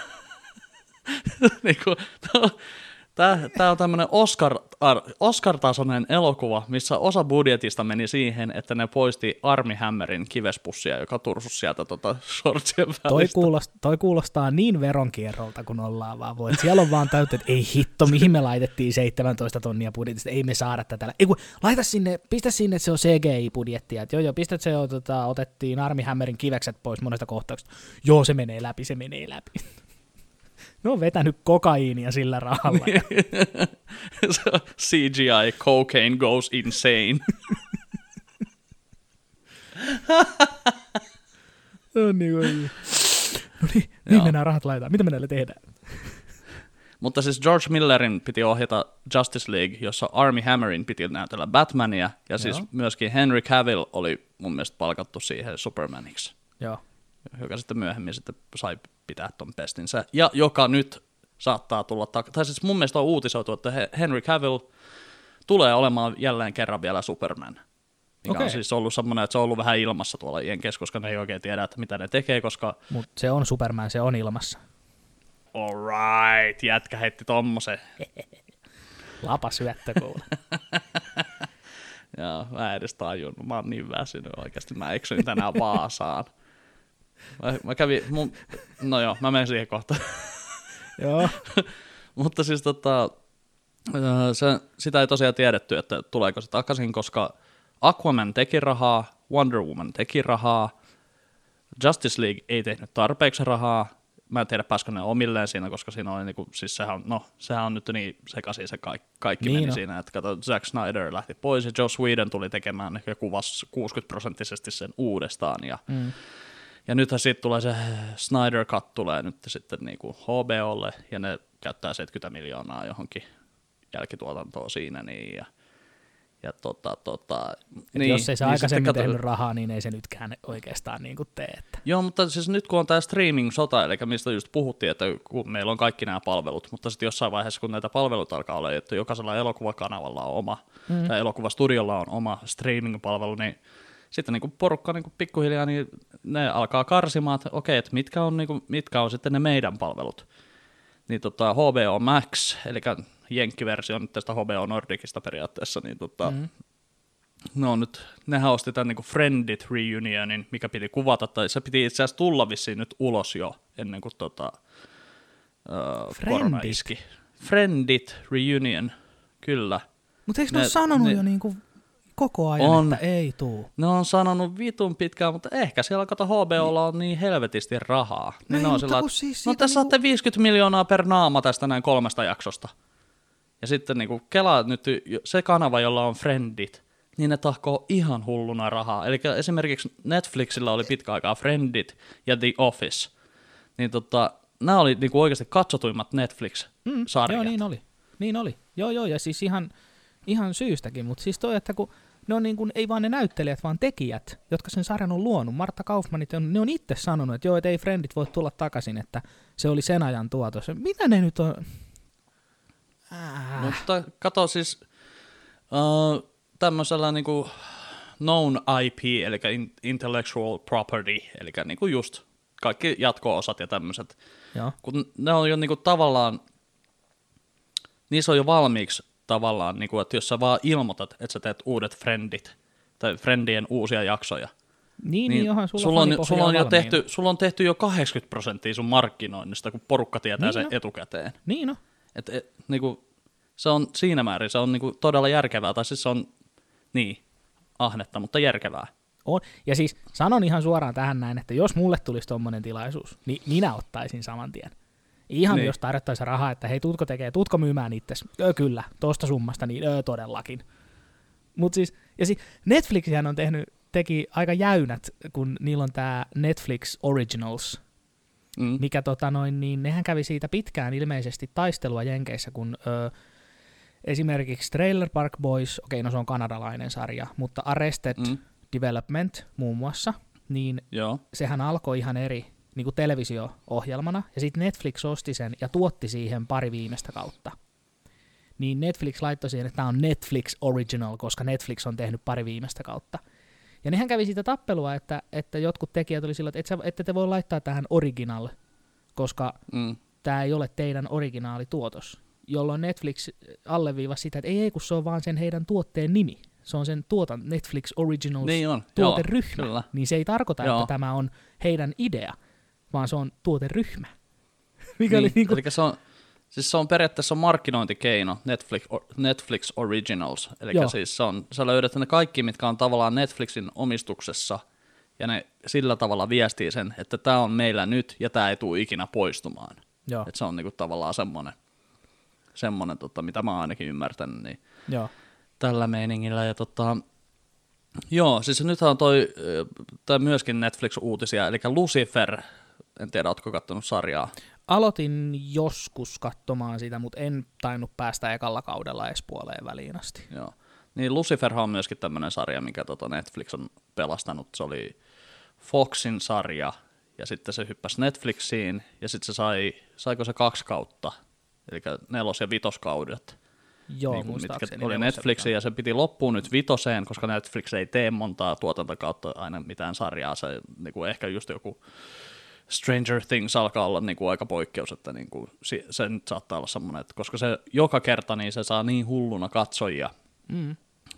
niin kuin, Tämä on tämmöinen Oscar, Oscar-tasoinen elokuva, missä osa budjetista meni siihen, että ne poisti Armie Hammerin kivespussia, joka tursus sieltä tota shortsien välistä. Toi kuulostaa, toi kuulostaa niin veronkierrolta, kun ollaan vaan voi. Siellä on vaan täyttä, että ei hitto, mihin me laitettiin seitsemäntoista tonnia budjetista, ei me saada tätä. Ei kun, laita sinne, pistä sinne, että se on C G I-budjettia. Että joo, joo, pistä, että se on, tota, otettiin Armie Hammerin kivekset pois monesta kohtauksesta. Joo, se menee läpi, se menee läpi. Ne on vetänyt kokaiinia sillä rahalla. C G I, cocaine goes insane. no niin, niin. No niin, niin mennään rahat laitaan. Mitä me näille tehdään? Mutta siis George Millerin piti ohjata Justice League, jossa Armie Hammerin piti näytellä Batmania, ja siis Joo. myöskin Henry Cavill oli mun mielestä palkattu siihen Supermaniksi. Joo. Joka sitten myöhemmin sitten sai pitää ton pestinsä, ja joka nyt saattaa tulla takaisin. Tai siis mun mielestä on uutisoitu, että Henry Cavill tulee olemaan jälleen kerran vielä Superman. Mikä okay. on siis ollut semmoinen, että se on ollut vähän ilmassa tuolla Jenkeissä, koska ne ei oikein tiedä, että mitä ne tekee, koska... Mutta se on Superman, se on ilmassa. Alright, jätkä heitti tommosen. Lapa syöttö kuule. Joo, mä en edes tajunnut. Mä oon niin väsynyt oikeasti. Mä eksyin tänään Vaasaan. Mä, mä kävin, mun, no joo, mä menen siihen kohtaan. Joo. Mutta siis tota, se, sitä ei tosiaan tiedetty, että tuleeko se takaisin, koska Aquaman teki rahaa, Wonder Woman teki rahaa, Justice League ei tehnyt tarpeeksi rahaa. Mä en tiedä, pääskö ne omilleen siinä, koska siinä oli niinku, siis sehän on, no, sehän on nyt niin sekaisin se kaikki, kaikki niin meni no. siinä, että kato, Zack Snyder lähti pois ja Joss Whedon tuli tekemään ehkä kuvas kuusikymmentä prosenttisesti sen uudestaan ja, mm. ja nythän siitä tulee se Snyder Cut tulee nyt sitten niinku H B O:lle ja ne käyttää seitsemänkymmentä miljoonaa johonkin jälkituotantoon siinä niin ja Ja tota, tota, niin, jos ei se niin aikaisemmin kato... tehnyt rahaa, niin ei se nytkään oikeastaan niin kuin tee. Että. Joo, mutta siis nyt kun on tämä streaming-sota, eli mistä just puhuttiin, että kun meillä on kaikki nämä palvelut, mutta sitten jossain vaiheessa, kun näitä palveluita alkaa olla, että jokaisella elokuvakanavalla on oma, mm. tai elokuvastudiolla on oma streaming-palvelu, niin sitten niin kuin porukka niin kuin pikkuhiljaa, niin ne alkaa karsimaan, että okei, että mitkä on, niin kuin, mitkä on sitten ne meidän palvelut. Niin tota, H B O Max, eli jenkkiversio nyt tästä H B O Nordicista periaatteessa, niin tota, mm. no nyt, nehän osti tämän niin kuin Friendit reunionin, mikä piti kuvata, tai se piti itse asiassa tulla vissiin nyt ulos jo, ennen kuin tota, uh, korona iski. Friendit reunion, kyllä. Mutta eikö ne, ne ole sanonut ne, jo niin kuin koko ajan, on, että ei tuu? Ne on sanonut vitun pitkään, mutta ehkä siellä kato H B O:lla on niin helvetisti rahaa. Niin no, on sillä, siis no te saatte viisikymmentä miljoonaa per naama tästä näin kolmesta jaksosta. Ja sitten niin kelaa nyt se kanava, jolla on Friendit, niin ne tahkoo ihan hulluna rahaa. Eli esimerkiksi Netflixillä oli pitkä aikaa Friendit ja The Office. Niin tota, nämä oli niin oikeasti katsotuimmat Netflix-sarjat. Mm, joo, niin oli. Niin oli. Joo, joo, ja siis ihan, ihan syystäkin. Mutta siis toi, että kun ne on niin kuin, ei vaan ne näyttelijät, vaan tekijät, jotka sen sarjan on luonut. Martta Kaufmanit, ne on itse sanonut, että joo, että ei Friendit voi tulla takaisin, että se oli sen ajan tuotos. Mitä ne nyt on... Äh. Mutta kato siis uh, tämmöisellä niinku known I P, eli intellectual property, eli niinku just kaikki jatko-osat ja tämmöiset, kun ne on jo niinku tavallaan, niissä on jo valmiiksi tavallaan, niinku, että jos sä vaan ilmoitat, että sä teet uudet Friendit, tai Friendien uusia jaksoja, niin, niin, johan, sulla, sulla, on, sulla, on jo tehty, sulla on tehty jo kahdeksankymmentä prosenttia sun markkinoinnista, kun porukka tietää niin sen no. etukäteen. Niin no. Et, et, niinku, se on siinä määrin, se on niinku todella järkevää, tai siis se on niin, ahnetta, mutta järkevää. On. Ja siis sanon ihan suoraan tähän näin, että jos mulle tulisi tommonen tilaisuus, niin minä ottaisin saman tien. Ihan niin. Jos tarjottaisiin rahaa, että hei, tuutko tekee, tuutko myymään itses? Öö, kyllä, tosta summasta, niin öö, todellakin. Mut siis, ja siis Netflixihän on tehnyt, teki aika jäynät, kun niillä on tää Netflix Originals, mm. mikä tota noin, niin nehän kävi siitä pitkään ilmeisesti taistelua Jenkeissä, kun öö, esimerkiksi Trailer Park Boys, okei, no se on kanadalainen sarja, mutta Arrested mm. Development muun muassa, niin Joo. sehän alkoi ihan eri niin kuin televisio-ohjelmana, ja sitten Netflix osti sen ja tuotti siihen pari viimeistä kautta. Niin Netflix laittoi siihen, että tämä on Netflix Original, koska Netflix on tehnyt pari viimeistä kautta. Ja nehän kävi siitä tappelua, että, että jotkut tekijät oli sillä, että et ette te voi laittaa tähän original, koska mm. tämä ei ole teidän originaalituotos, jolloin Netflix alleviivasi sitä, että ei, ei kun se on vaan sen heidän tuotteen nimi. Se on sen tuotan Netflix Originals niin on. tuoteryhmä. Joo, niin se ei tarkoita, Joo. että tämä on heidän idea, vaan se on tuoteryhmä. Mikä niin, oli niin kuin... Eli se on, siis se on periaatteessa markkinointikeino, Netflix, Netflix Originals. Eli siis se on, sä löydät ne kaikki, mitkä on tavallaan Netflixin omistuksessa, ja ne sillä tavalla viestii sen, että tämä on meillä nyt, ja tämä ei tule ikinä poistumaan. Että se on niinku tavallaan semmoinen, semmoinen tota, mitä mä oon ainakin ymmärtänyt, niin Joo. tällä meiningillä. Ja tota, joo, siis nythän on toi, tai myöskin Netflix-uutisia, eli Lucifer, en tiedä, ootko kattonut sarjaa? Aloitin joskus katsomaan sitä, mutta en tainnut päästä ekalla kaudella edes puoleen väliin asti. Joo, niin Lucifer on myöskin tämmöinen sarja, mikä tota Netflix on pelastanut. Se oli Foxin sarja, ja sitten se hyppäsi Netflixiin, ja sitten se sai, saiko se kaksi kautta, eli nelos- ja vitoskaudet. Joo, niin, mitkä oli Netflixiin, ja se piti loppuun nyt vitoseen, koska Netflix ei tee montaa tuotantokautta aina mitään sarjaa. Se niin kuin ehkä just joku Stranger Things alkaa olla niin kuin aika poikkeus, että niin kuin, se nyt saattaa olla semmoinen, että koska se joka kerta niin se saa niin hulluna katsojia, mm.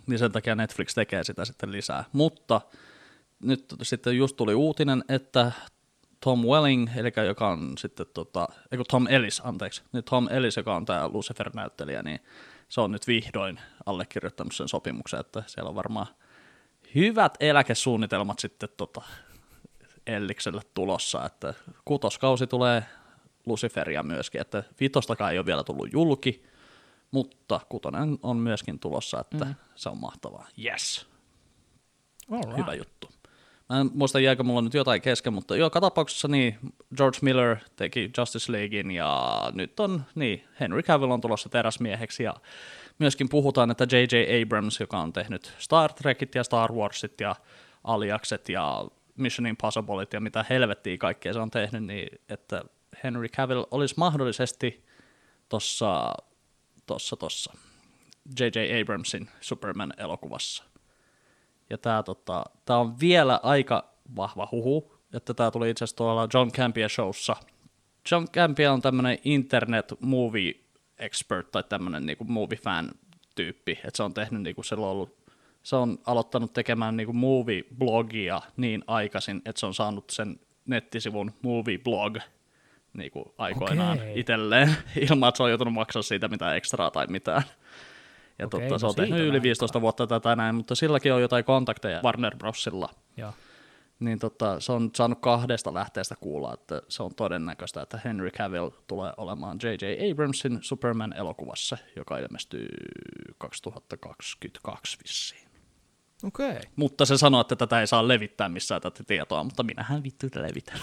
niin sen takia Netflix tekee sitä sitten lisää. Mutta nyt sitten just tuli uutinen, että Tom Welling, eli joka on sitten, tota, eiku Tom Ellis, anteeksi, niin Tom Ellis, joka on tämä Lucifer-näyttelijä, niin se on nyt vihdoin allekirjoittanut sen sopimuksen, että siellä on varmaan hyvät eläkesuunnitelmat sitten tota Ellikselle tulossa, että kutoskausi tulee Luciferia myöskin, että vitostakaan ei ole vielä tullut julki, mutta kutonen on myöskin tulossa, että mm. se on mahtavaa. Yes. Alright. Hyvä juttu. Mä en muista, jääkö mulla nyt jotain kesken, mutta joka tapauksessa niin George Miller teki Justice Leaguein ja nyt on, niin Henry Cavill on tulossa teräsmieheksi ja myöskin puhutaan, että J J Abrams, joka on tehnyt Star Trekit ja Star Warsit ja Aliakset ja Mission Impossiblet ja mitä helvettiä kaikkea se on tehnyt, niin että Henry Cavill olisi mahdollisesti tossa, tossa, tossa J J Abramsin Superman-elokuvassa. Ja tämä tota, on vielä aika vahva huhu, että tämä tuli itse asiassa tuolla John Campia showssa. John Campia on tämmöinen internet movie expert tai tämmöinen niinku movie fan tyyppi, että se on tehnyt niinku se on ollut, se on aloittanut tekemään niinku movie blogia niin aikaisin, että se on saanut sen nettisivun movie blog niinku aikoinaan okay. itselleen ilman, että se on joutunut maksaa siitä mitään ekstraa tai mitään. Ja okay, totta, no se on tehnyt yli viisitoista vuotta tätä näin, mutta silläkin on jotain kontakteja Warner Brosilla. Joo. Niin tota, se on saanut kahdesta lähteestä kuulla, että se on todennäköistä, että Henry Cavill tulee olemaan J J Abramsin Superman-elokuvassa, joka ilmestyy kaksituhattakaksikymmentäkaksi vissiin. Okei. Okay. Mutta se sanoo, että tätä ei saa levittää missään tätä tietoa, mutta minähän vittu levitän.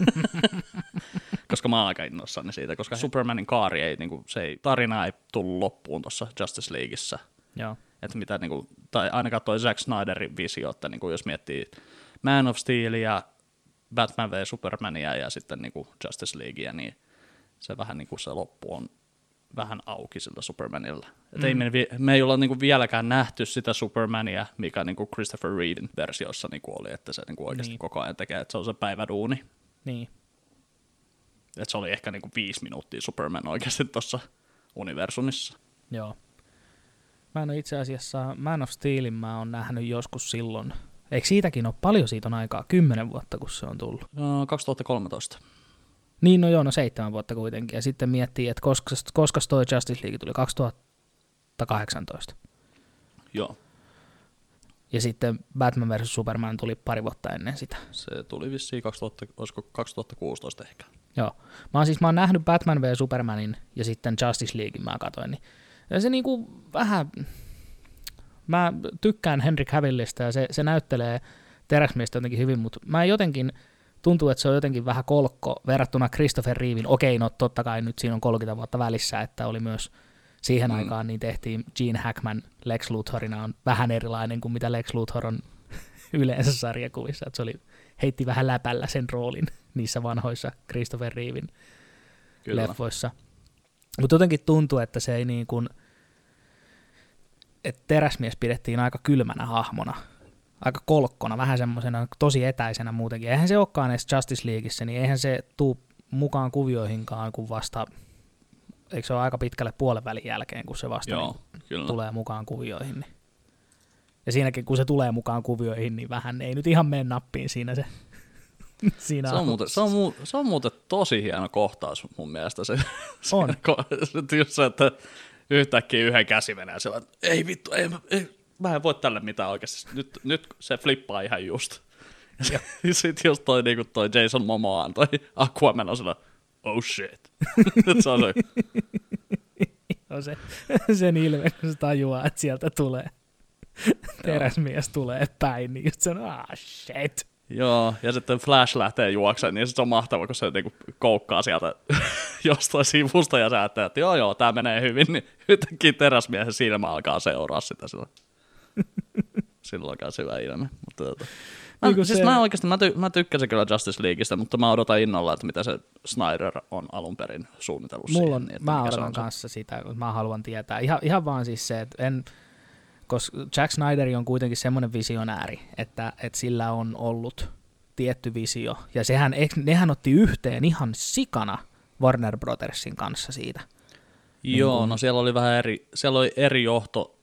Koska mä oon aika innoissani siitä, koska Supermanin kaari ei, niinku, se ei, tarina ei tullut loppuun tuossa Justice Leagueissä. Joo. Että mitä, niinku, tai ainakaan toi Zack Snyderin visio, että niinku, jos miettii Man of Steelia, Batman v Supermania ja sitten niinku Justice Leaguea, niin se vähän niinku se loppu on vähän auki siltä Supermanilla. Mm. Ei me, me ei olla niinku vieläkään nähty sitä Supermania, mikä niinku Christopher Reeven versiossa niinku oli, että se niinku oikeasti niin. koko ajan tekee, että se on se päiväduuni. Niin. Että se oli ehkä niinku viisi minuuttia Superman oikeasti tuossa universumissa. Joo. Mä en ole itse asiassa Man of Steelin mä oon nähnyt joskus silloin. Eikö siitäkin ole paljon siitä on aikaa? Kymmenen vuotta, kun se on tullut. No, kaksituhattakolmetoista. Niin, no joo, no seitsemän vuotta kuitenkin. Ja sitten miettii, että koska, koska toi Justice League tuli kaksituhattakahdeksantoista. Joo. Ja sitten Batman versus Superman tuli pari vuotta ennen sitä. Se tuli vissiin kaksituhatta, olisiko kaksituhattakuusitoista ehkä. Joo. Mä oon siis mä oon nähnyt Batman v Supermanin ja sitten Justice Leaguein mä katoin. Niin ja se niinku vähän... Mä tykkään Henry Cavillista ja se, se näyttelee teräsmiestä jotenkin hyvin, mutta mä jotenkin... Tuntuu, että se on jotenkin vähän kolkko verrattuna Christopher Reeven. Okei, no totta kai nyt siinä on kolmekymmentä vuotta välissä, että oli myös siihen mm. aikaan, niin tehtiin Gene Hackman Lex Luthorina on vähän erilainen kuin mitä Lex Luthor on yleensä sarjakuvissa. Että se oli, heitti vähän läpällä sen roolin niissä vanhoissa Christopher Reeven Kyllä. leffoissa. Mutta jotenkin tuntuu, että se ei niin kuin, että teräsmies pidettiin aika kylmänä hahmona. Aika kolkkona, vähän semmoisena tosi etäisenä muutenkin. Eihän se olekaan edes Justice Leagueissä, niin eihän se tuu mukaan kuvioihinkaan, kun vasta, eikö se ole aika pitkälle puolen välin jälkeen, kun se vasta Joo, niin tulee mukaan kuvioihin. Niin. Ja siinäkin, kun se tulee mukaan kuvioihin, niin vähän ei nyt ihan mene nappiin siinä se. siinä se, on muuten, se, on mu- se on muuten tosi hieno kohtaus mun mielestä. Se, on. Se, just se, että yhtäkkiä yhden käsi menee sillä, että ei vittu, ei, ei. Mä en voi tälle mitään oikeasti. Nyt, nyt se flippaa ihan just. Ja sitten jos toi, niinku toi Jason Momoan, toi Aquaman on sillä, oh shit. se on se. on se, sen ilme, kun se tajuaa, että sieltä tulee. Teräsmies tulee päin, niin just se on, ah shit. Joo, ja sitten Flash lähtee juokseen, niin se on mahtava, kun se niinku koukkaa sieltä jostain sivusta ja sä ajattelee, että joo joo, tää menee hyvin, niin yhtäkkiä teräsmiehen silmä alkaa seuraa sitä sillä. Silloin on hyvä ilme. Mutta, tota. mä, niin siis se... mä, oikeasti, mä, ty, mä tykkäsin kyllä Justice Leagueista, mutta mä odotan innolla, että mitä se Snyder on alun perin suunnitellut Mulla on, siihen. Niin, mä odotan kanssa se. sitä, mä haluan tietää. Ihan, ihan vaan siis se, että en, koska Jack Snyder on kuitenkin semmoinen visionääri, että, että sillä on ollut tietty visio. Ja sehän, nehän otti yhteen ihan sikana Warner Brothersin kanssa siitä. Joo, niin kun... no siellä oli vähän eri, siellä oli eri johto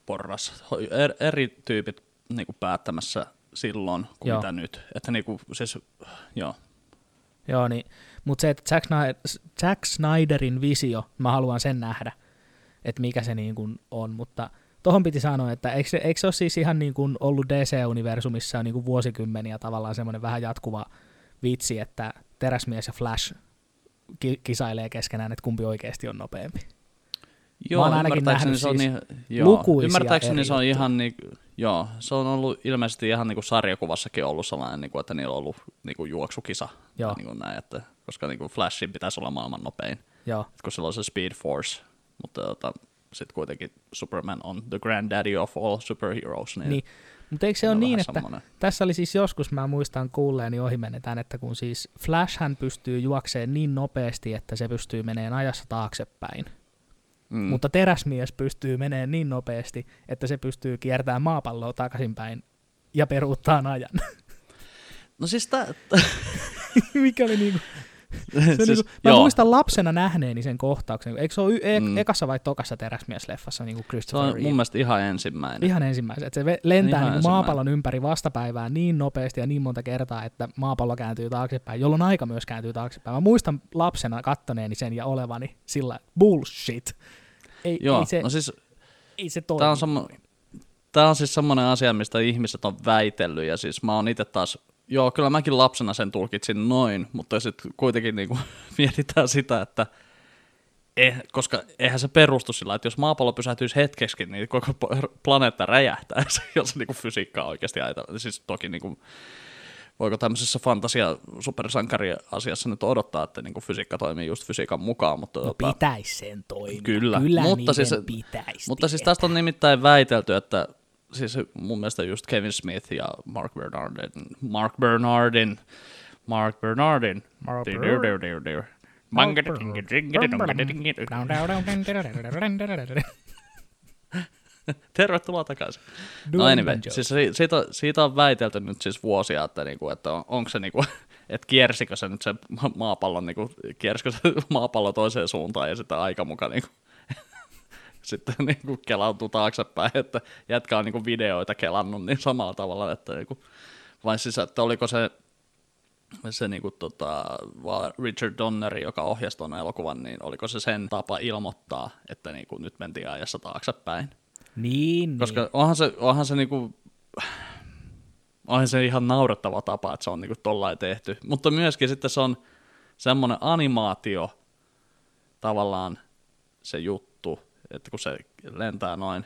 porras, er, eri tyypit niinku päättämässä silloin kuin Joo. mitä nyt. Että niinku, siis, joo. Joo, niin, mutta se, että Zack, Snyder, Zack Snyderin visio, mä haluan sen nähdä, että mikä se niin kuin on, mutta tohon piti sanoa, että eikö se, eikö se ole siis ihan niin kuin ollut D C-universumissa niin kuin vuosikymmeniä tavallaan semmoinen vähän jatkuva vitsi, että Teräsmies ja Flash ki- kisailee keskenään, että kumpi oikeasti on nopeampi. Joo, Mä oon ainakin nähnyt se on siis niin, joo, lukuisia ymmärtääkseni eri se on juttuja. ihan niin, joo, se on ollut ilmeisesti ihan niin kuin sarjakuvassakin ollut sellainen, niin kuin, että niillä on ollut niin kuin juoksukisa, Joo. niin kuin näin, että, koska niin kuin Flashin pitäisi olla maailman nopein, Joo. kun sillä on se Speed Force, mutta tota, sitten kuitenkin Superman on the granddaddy of all superheroes. Niin, Niin. Mutta eikö se on ole niin, vähän että semmoinen. tässä oli siis joskus, mä muistan kuulleeni ohimenetään, että kun siis Flash hän pystyy juokseen niin nopeasti, että se pystyy meneen ajassa taaksepäin. Mm. Mutta Teräsmies pystyy meneen niin nopeasti, että se pystyy kiertämään maapalloa takaisinpäin ja peruuttaa ajan. No siis tää, Mikä oli niinku... Se siis, niinku, mä joo, muistan lapsena nähneeni sen kohtauksen. Eikö se ole y- e- Mm. ekassa vai tokassa Teräsmies-leffassa niinku se Christopher on Reeve? mun mielestä ihan ensimmäinen. Ihan ensimmäisen. Että se ve- lentää Ihan niinku maapallon ympäri vastapäivään niin nopeasti ja niin monta kertaa, että maapallo kääntyy taaksepäin, jolloin aika myös kääntyy taaksepäin. Mä muistan lapsena kattoneeni sen ja olevani sillä bullshit. Ei, Joo, ei se, no siis ei se toimi. tää on, sammo, tää on siis semmoinen asia, mistä ihmiset on väitellyt, ja siis mä oon itse taas, joo, kyllä mäkin lapsena sen tulkitsin noin, mutta sitten kuitenkin niinku mietitään sitä, että eh, koska eihän se perustu sillä, että jos maapallo pysähtyisi hetkeksikin, niin koko planeetta räjähtäisi, jos niinku fysiikkaa oikeasti ajatellaan. Siis toki niinku, voiko tämmöisessä fantasia-supersankari-asiassa nyt odottaa, että niinku fysiikka toimii just fysiikan mukaan, mutta... No tota, pitäisi sen toimia. Kyllä, Kyllä mutta niiden siis- pitäisi. Mutta siis tästä on nimittäin väitelty, että siis mun mielestä just Kevin Smith ja Mark Bernardin, Mark Bernardin, Mark Bernardin, Mark tervetuloa takaisin. No Doing anyway, banjo. siis si- siitä, on- siitä on väitelty nyt siis vuosia, että, niinku, että on, onko se niinku, että kiersikö se nyt se ma- maapallon, niinku, kiersikö se maapallo toiseen suuntaan ja sitten aika muka niinku, sitten niinku kelautuu taaksepäin, että jätkä on niinku videoita kelannut niin samalla tavalla, että niinku, vai siis, että oliko se, se niinku, tota, vaan Richard Donner, joka ohjasi tuon elokuvan, niin oliko se sen tapa ilmoittaa, että niinku, nyt mentiin ajassa taaksepäin. Niin, Koska niin. onhan se, onhan se niinku, onhan se ihan naurettava tapa, että se on niinku tollain tehty. Mutta myöskin sitten se on semmoinen animaatio, tavallaan se juttu, että kun se lentää noin,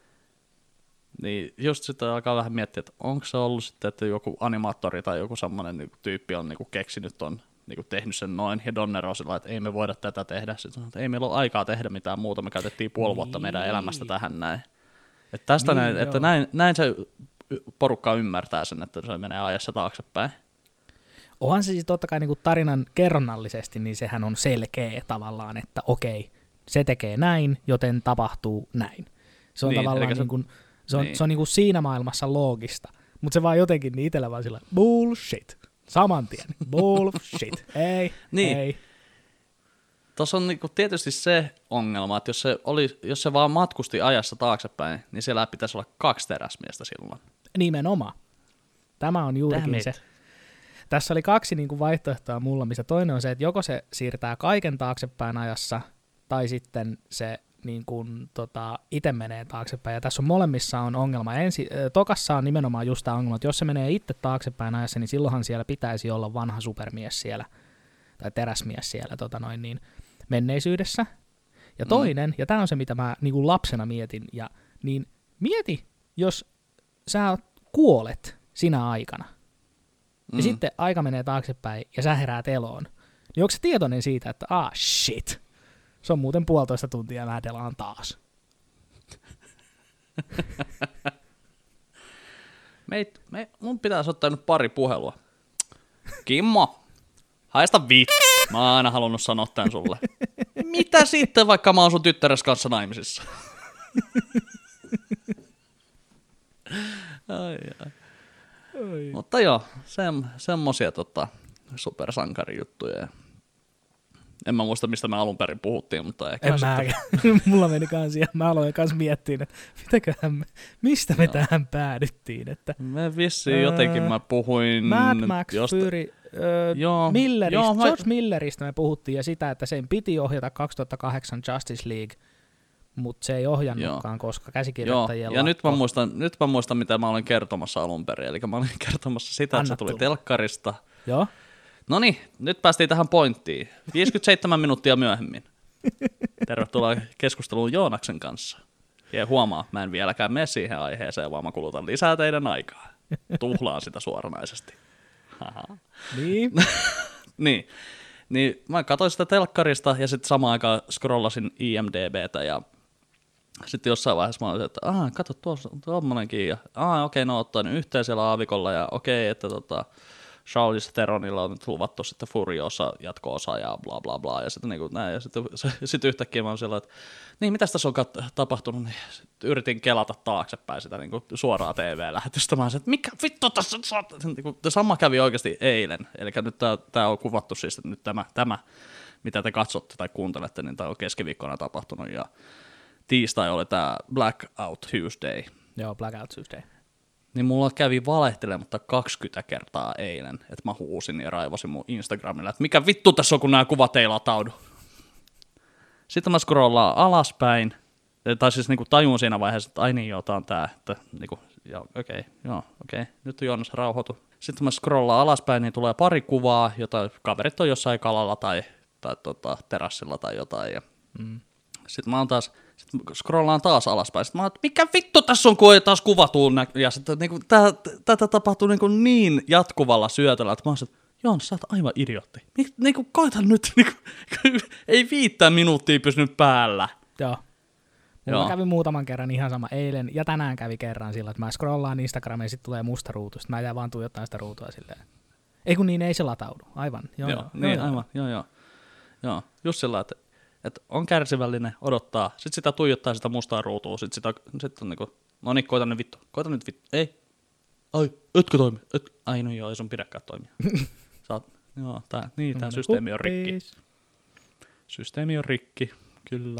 niin just sitten alkaa vähän miettiä, että onko se ollut sitten, että joku animaattori tai joku semmoinen niinku tyyppi on niinku keksinyt on niinku tehnyt sen noin, ja Donner on sillä, että ei me voida tätä tehdä. Sitten sanoo, että ei meillä ole aikaa tehdä mitään muuta, me käytettiin puoli vuotta meidän Niin. elämästä tähän näin. Että tästä Niin, näin, että joo. näin, näin se porukka ymmärtää sen, että se menee ajassa taaksepäin. Onhan se siis totta kai niin kuin tarinan kerronnallisesti, niin sehän on selkeä tavallaan, että okei, se tekee näin, joten tapahtuu näin. Se on Niin, tavallaan elikkä se- niin kuin, se on, niin. se on niin kuin siinä maailmassa loogista, mutta se vaan jotenkin niin itsellä vaan sillä bullshit, saman tien, bullshit, ei, Niin. ei. Tuossa on niinku tietysti se ongelma, että jos se, oli, jos se vaan matkusti ajassa taaksepäin, niin siellä pitäisi olla kaksi teräsmiestä silloin. Nimenomaan. Tämä on Damn juurikin it. se. Tässä oli kaksi niin kuin vaihtoehtoa mulla, missä toinen on se, että joko se siirtää kaiken taaksepäin ajassa, tai sitten se niin kuin, tota, itse menee taaksepäin. Ja tässä on molemmissa on ongelma. Ensi, äh, tokassa on nimenomaan just tämä ongelma, että jos se menee itse taaksepäin ajassa, niin silloinhan siellä pitäisi olla vanha supermies siellä, tai teräsmies siellä tota noin, niin, menneisyydessä. Ja toinen, mm. ja tämä on se, mitä mä niin kuin lapsena mietin, ja, niin mieti, jos sä kuolet sinä aikana, ja Mm. sitten aika menee taaksepäin, ja sä heräät eloon, niin onko se tietoinen siitä, että ah shit, se on muuten puolitoista tuntia ja mä delaan taas. Meit, me, mun pitäisi ottaa nyt pari puhelua. Kimmo, haista vittu. Mä oon aina halunnut sanoa tän sulle. Mitä sitten, vaikka mä oon sun tyttäres kanssa naimisissa? ai, ai. Oi. Mutta joo, sem, semmosia tota, supersankarijuttuja. En mä muista, mistä me alun perin puhuttiin, mutta ehkä en mä, mulla meni kans siihen. Mä aloin kans miettiä, että mitäköhän me, mistä me tähän päädyttiin. Että, me vissiin jotenkin mä puhuin... Mad Max josta... Fury, öö, joo, Milleristä, joo, George mä... Milleristä me puhuttiin ja sitä, että sen piti ohjata kaksituhattakahdeksan Justice League, mutta se ei ohjannutkaan, joo. koska käsikirjoittajien Joo, ja nyt mä, muistan, nyt mä muistan, mitä mä olin kertomassa alun perin. Eli mä olin kertomassa sitä, Anna että se tuli tulla. telkkarista. Joo. Noniin, nyt päästiin tähän pointtiin. viisikymmentäseitsemän minuuttia myöhemmin. Tervetuloa keskusteluun Joonaksen kanssa. Ja huomaa, mä en vieläkään mene siihen aiheeseen, vaan mä kulutan lisää teidän aikaa. Tuhlaan sitä suoranaisesti. Niin. niin. Niin mä katsoin sitä telkkarista ja sitten samaan aikaan scrollasin I M D B:tä ja sitten jossain vaiheessa mä olin, että aah, kato tuossa on tommonenkin ja aah, okei, okay, no ottaa nyt yhteen siellä aavikolla ja okei, okay, että tota Charlize Theronilla on nyt luvattu sitten Furiosa jatko-osa ja bla bla bla ja sitten niin näin ja sitten sit yhtäkkiä mä olin siellä, että niin mitäs tässä on kat- tapahtunut, niin yritin kelata taaksepäin sitä niin suoraa T V-lähetystä, mä olin, että mikä vittu tässä on, niin sama kävi oikeasti eilen, eli nyt tää on kuvattu siis, että nyt tämä, tämä mitä te katsotte tai kuuntelette, niin tämä on keskiviikkona tapahtunut ja tiistai oli tää Blackout Tuesday. Joo, Blackout Tuesday. Niin mulla kävi valehtelematta kaksikymmentä kertaa eilen, että mä huusin ja raivosin mun Instagramilla, että mikä vittu tässä on, kun nämä kuvat ei lataudu. Sitten mä scrollaan alaspäin, tai siis niinku tajun siinä vaiheessa, että ai niin joo, tää on tää, että niinku, joo, okei, okay, joo, okei, okay. Nyt on Joonas rauhoitu. Sitten mä scrollaan alaspäin, niin tulee pari kuvaa, jota kaverit on jossain kalalla tai, tai tota, terassilla tai jotain, ja mm. sitten mä oon taas... Sitten scrollaan taas alaspäin. Sitten mä oon, että mikä vittu tässä on, kun ei taas kuvatuu. Ja sitten niin kuin, tää, tätä tapahtuu niin, kuin niin jatkuvalla syötöllä, että mä oon, että Joonas, sä oot aivan idiootti. Niin, niin kuin, koita nyt, niin kuin, ei viittää minuuttia pysynyt päällä. Joo. Mulla Joo. kävi muutaman kerran ihan sama eilen, ja tänään kävi kerran sillä, että mä scrollaan Instagramiin ja sitten tulee musta ruutu. Sitten mä jää vaan tuijottaa sitä ruutua silleen. Ei kun niin, ei se lataudu. Aivan. Joo, joo, niin, joo, aivan. Joo, joo. Joo, just sillä, että että on kärsivällinen, odottaa, sitten sitä tuijottaa sitä mustaa ruutua, sitten sitä, sit on niinku, no niin, koita nyt vittu, koita nyt vittu, ei, ai, etkö toimi, et, ai no joo, ei sun pidäkään toimia. Saat, joo, tää, niin, tää systeemi on rikki. Systeemi on rikki, kyllä.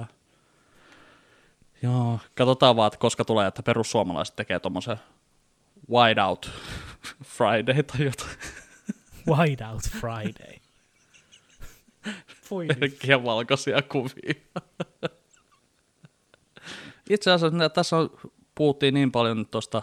Joo, katsotaan vaan, että koska tulee, että perussuomalaiset tekee tommosen Wide Out Friday tai jotain. Wide Out Friday. Pelkkiä valkoisia kuvia. Itse asiassa tässä on, puhuttiin niin paljon tuosta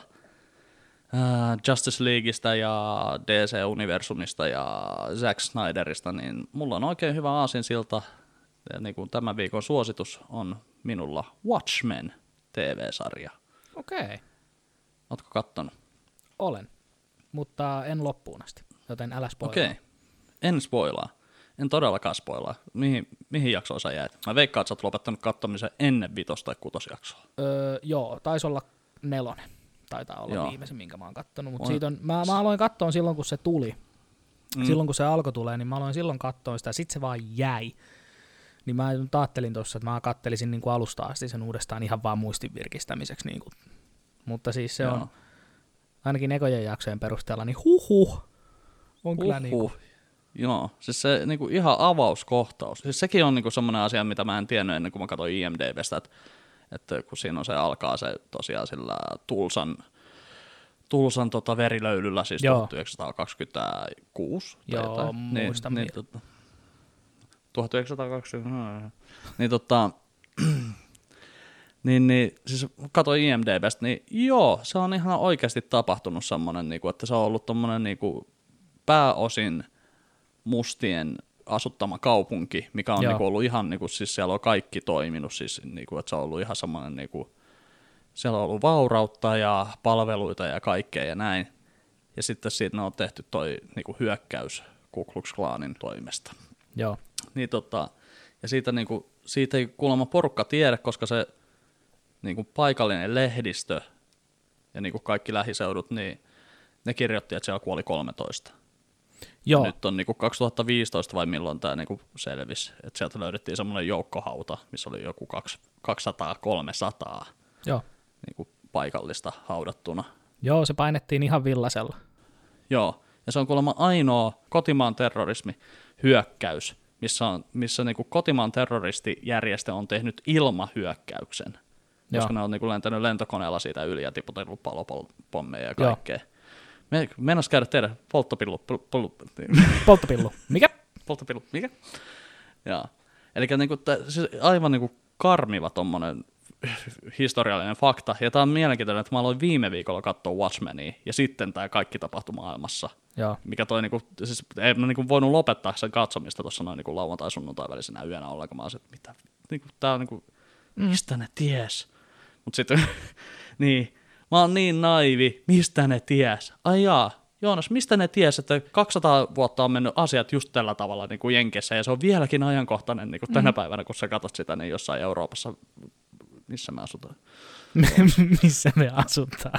uh, Justice Leagueista ja D C-universumista ja Zack Snyderista, niin mulla on oikein hyvä aasinsilta. Ja niin kuin tämän viikon suositus on minulla Watchmen T V-sarja. Okei. Okay. Ootko kattonut? Olen, mutta en loppuun asti, joten älä spoilaa. Okei, okay. En spoilaa. En todellakaan spoilaa. Mihin, mihin jaksoon sä jäit? Mä veikkaan, että sä oot lopettanut kattomisen ennen vitos- tai kutosjaksoa. Öö, joo, taisi olla nelonen. Taitaa olla joo. viimeisen, minkä mä oon kattonut. Mutta siitä on, mä, mä aloin katsoa silloin, kun se tuli. Mm. Silloin, kun se alkoi tulee, niin mä aloin silloin katsoa sitä. Sitten se vaan jäi. Niin mä ajattelin tuossa, että mä kattelisin niin kuin alusta asti sen uudestaan ihan vaan muistin virkistämiseksi. Niin kuin. Mutta siis se joo. on, ainakin ekojen jaksojen perusteella, niin huhuh. On huhuh. kyllä niin kuin. Joo, siis se niinku ihan avauskohtaus. Siis sekin on niinku semmoinen asia, mitä mä en tiennyt ennen kuin mä katsoin I M D B:stä, että, että kun siinä on se alkaa se tosiaan sillä Tulsan, Tulsan tota verilöylyllä, siis Joo. tuhatyhdeksänsataakaksikymmentäkuusi. Joo, tai muistan. Niin, niin, tuhatyhdeksänsataakaksikymmentä, niin tota, niin, niin siis katsoin I M D B:stä, niin joo, se on ihan oikeasti tapahtunut semmoinen, niinku, että se on ollut tommonen niinku pääosin mustien asuttama kaupunki, mikä on niinku ollut ihan, niinku, siis siellä on kaikki toiminut, siis niinku, että se on ollut ihan semmoinen, niinku, siellä on ollut vaurautta ja palveluita ja kaikkea ja näin. Ja sitten siitä on tehty toi niinku, hyökkäys Ku Klux Klanin toimesta. Joo. Niin, tota, ja siitä, niinku, siitä ei kuulemma porukka tiedä, koska se niinku, paikallinen lehdistö ja niinku, kaikki lähiseudut, niin ne kirjoitti, että siellä kuoli kolmetoista. Joo. Nyt on niinku kaksituhattaviisitoista vai milloin tämä niinku selvisi, että sieltä löydettiin semmoinen joukkohauta, missä oli joku kaksisataa kolmesataa Joo. Niinku paikallista haudattuna. Joo, se painettiin ihan villasella. Joo, ja se on kuulemma ainoa kotimaan terrorismi hyökkäys, missä, on, missä niinku kotimaan terroristijärjestö on tehnyt ilmahyökkäyksen, Joo. koska ne on niinku lentänyt lentokoneella siitä yli ja tiputellut palopommeja ja kaikkea. Me mennäis käydä tehdä polttopillu. Pol, polttopillu. Mikä? Polttopillu. Mikä? Joo. Eli niinku, siis aivan niinku karmiva tommonen historiallinen fakta. Ja tää on mielenkiintoinen, että mä aloin viime viikolla katsoa Watchmenia, ja sitten tää kaikki tapahtui maailmassa. Joo. Mikä toi niinku, siis ei mä niinku voinut lopettaa sen katsomista tuossa noin niinku lauantai-sunnuntai välisenä yönä ollenkaan. Mä olisin, että mitä, niinku, tää on niinku, mm. mistä ne ties? Mut sitten, niin, mä oon niin naivi, mistä ne ties? Ai jaa, Joonas, mistä ne ties, että kaksisataa vuotta on mennyt asiat just tällä tavalla niin kuin Jenkeissä, ja se on vieläkin ajankohtainen niin kuin tänä mm. päivänä, kun sä katsot sitä niin jossain Euroopassa, missä me asutaan. missä me asutaan?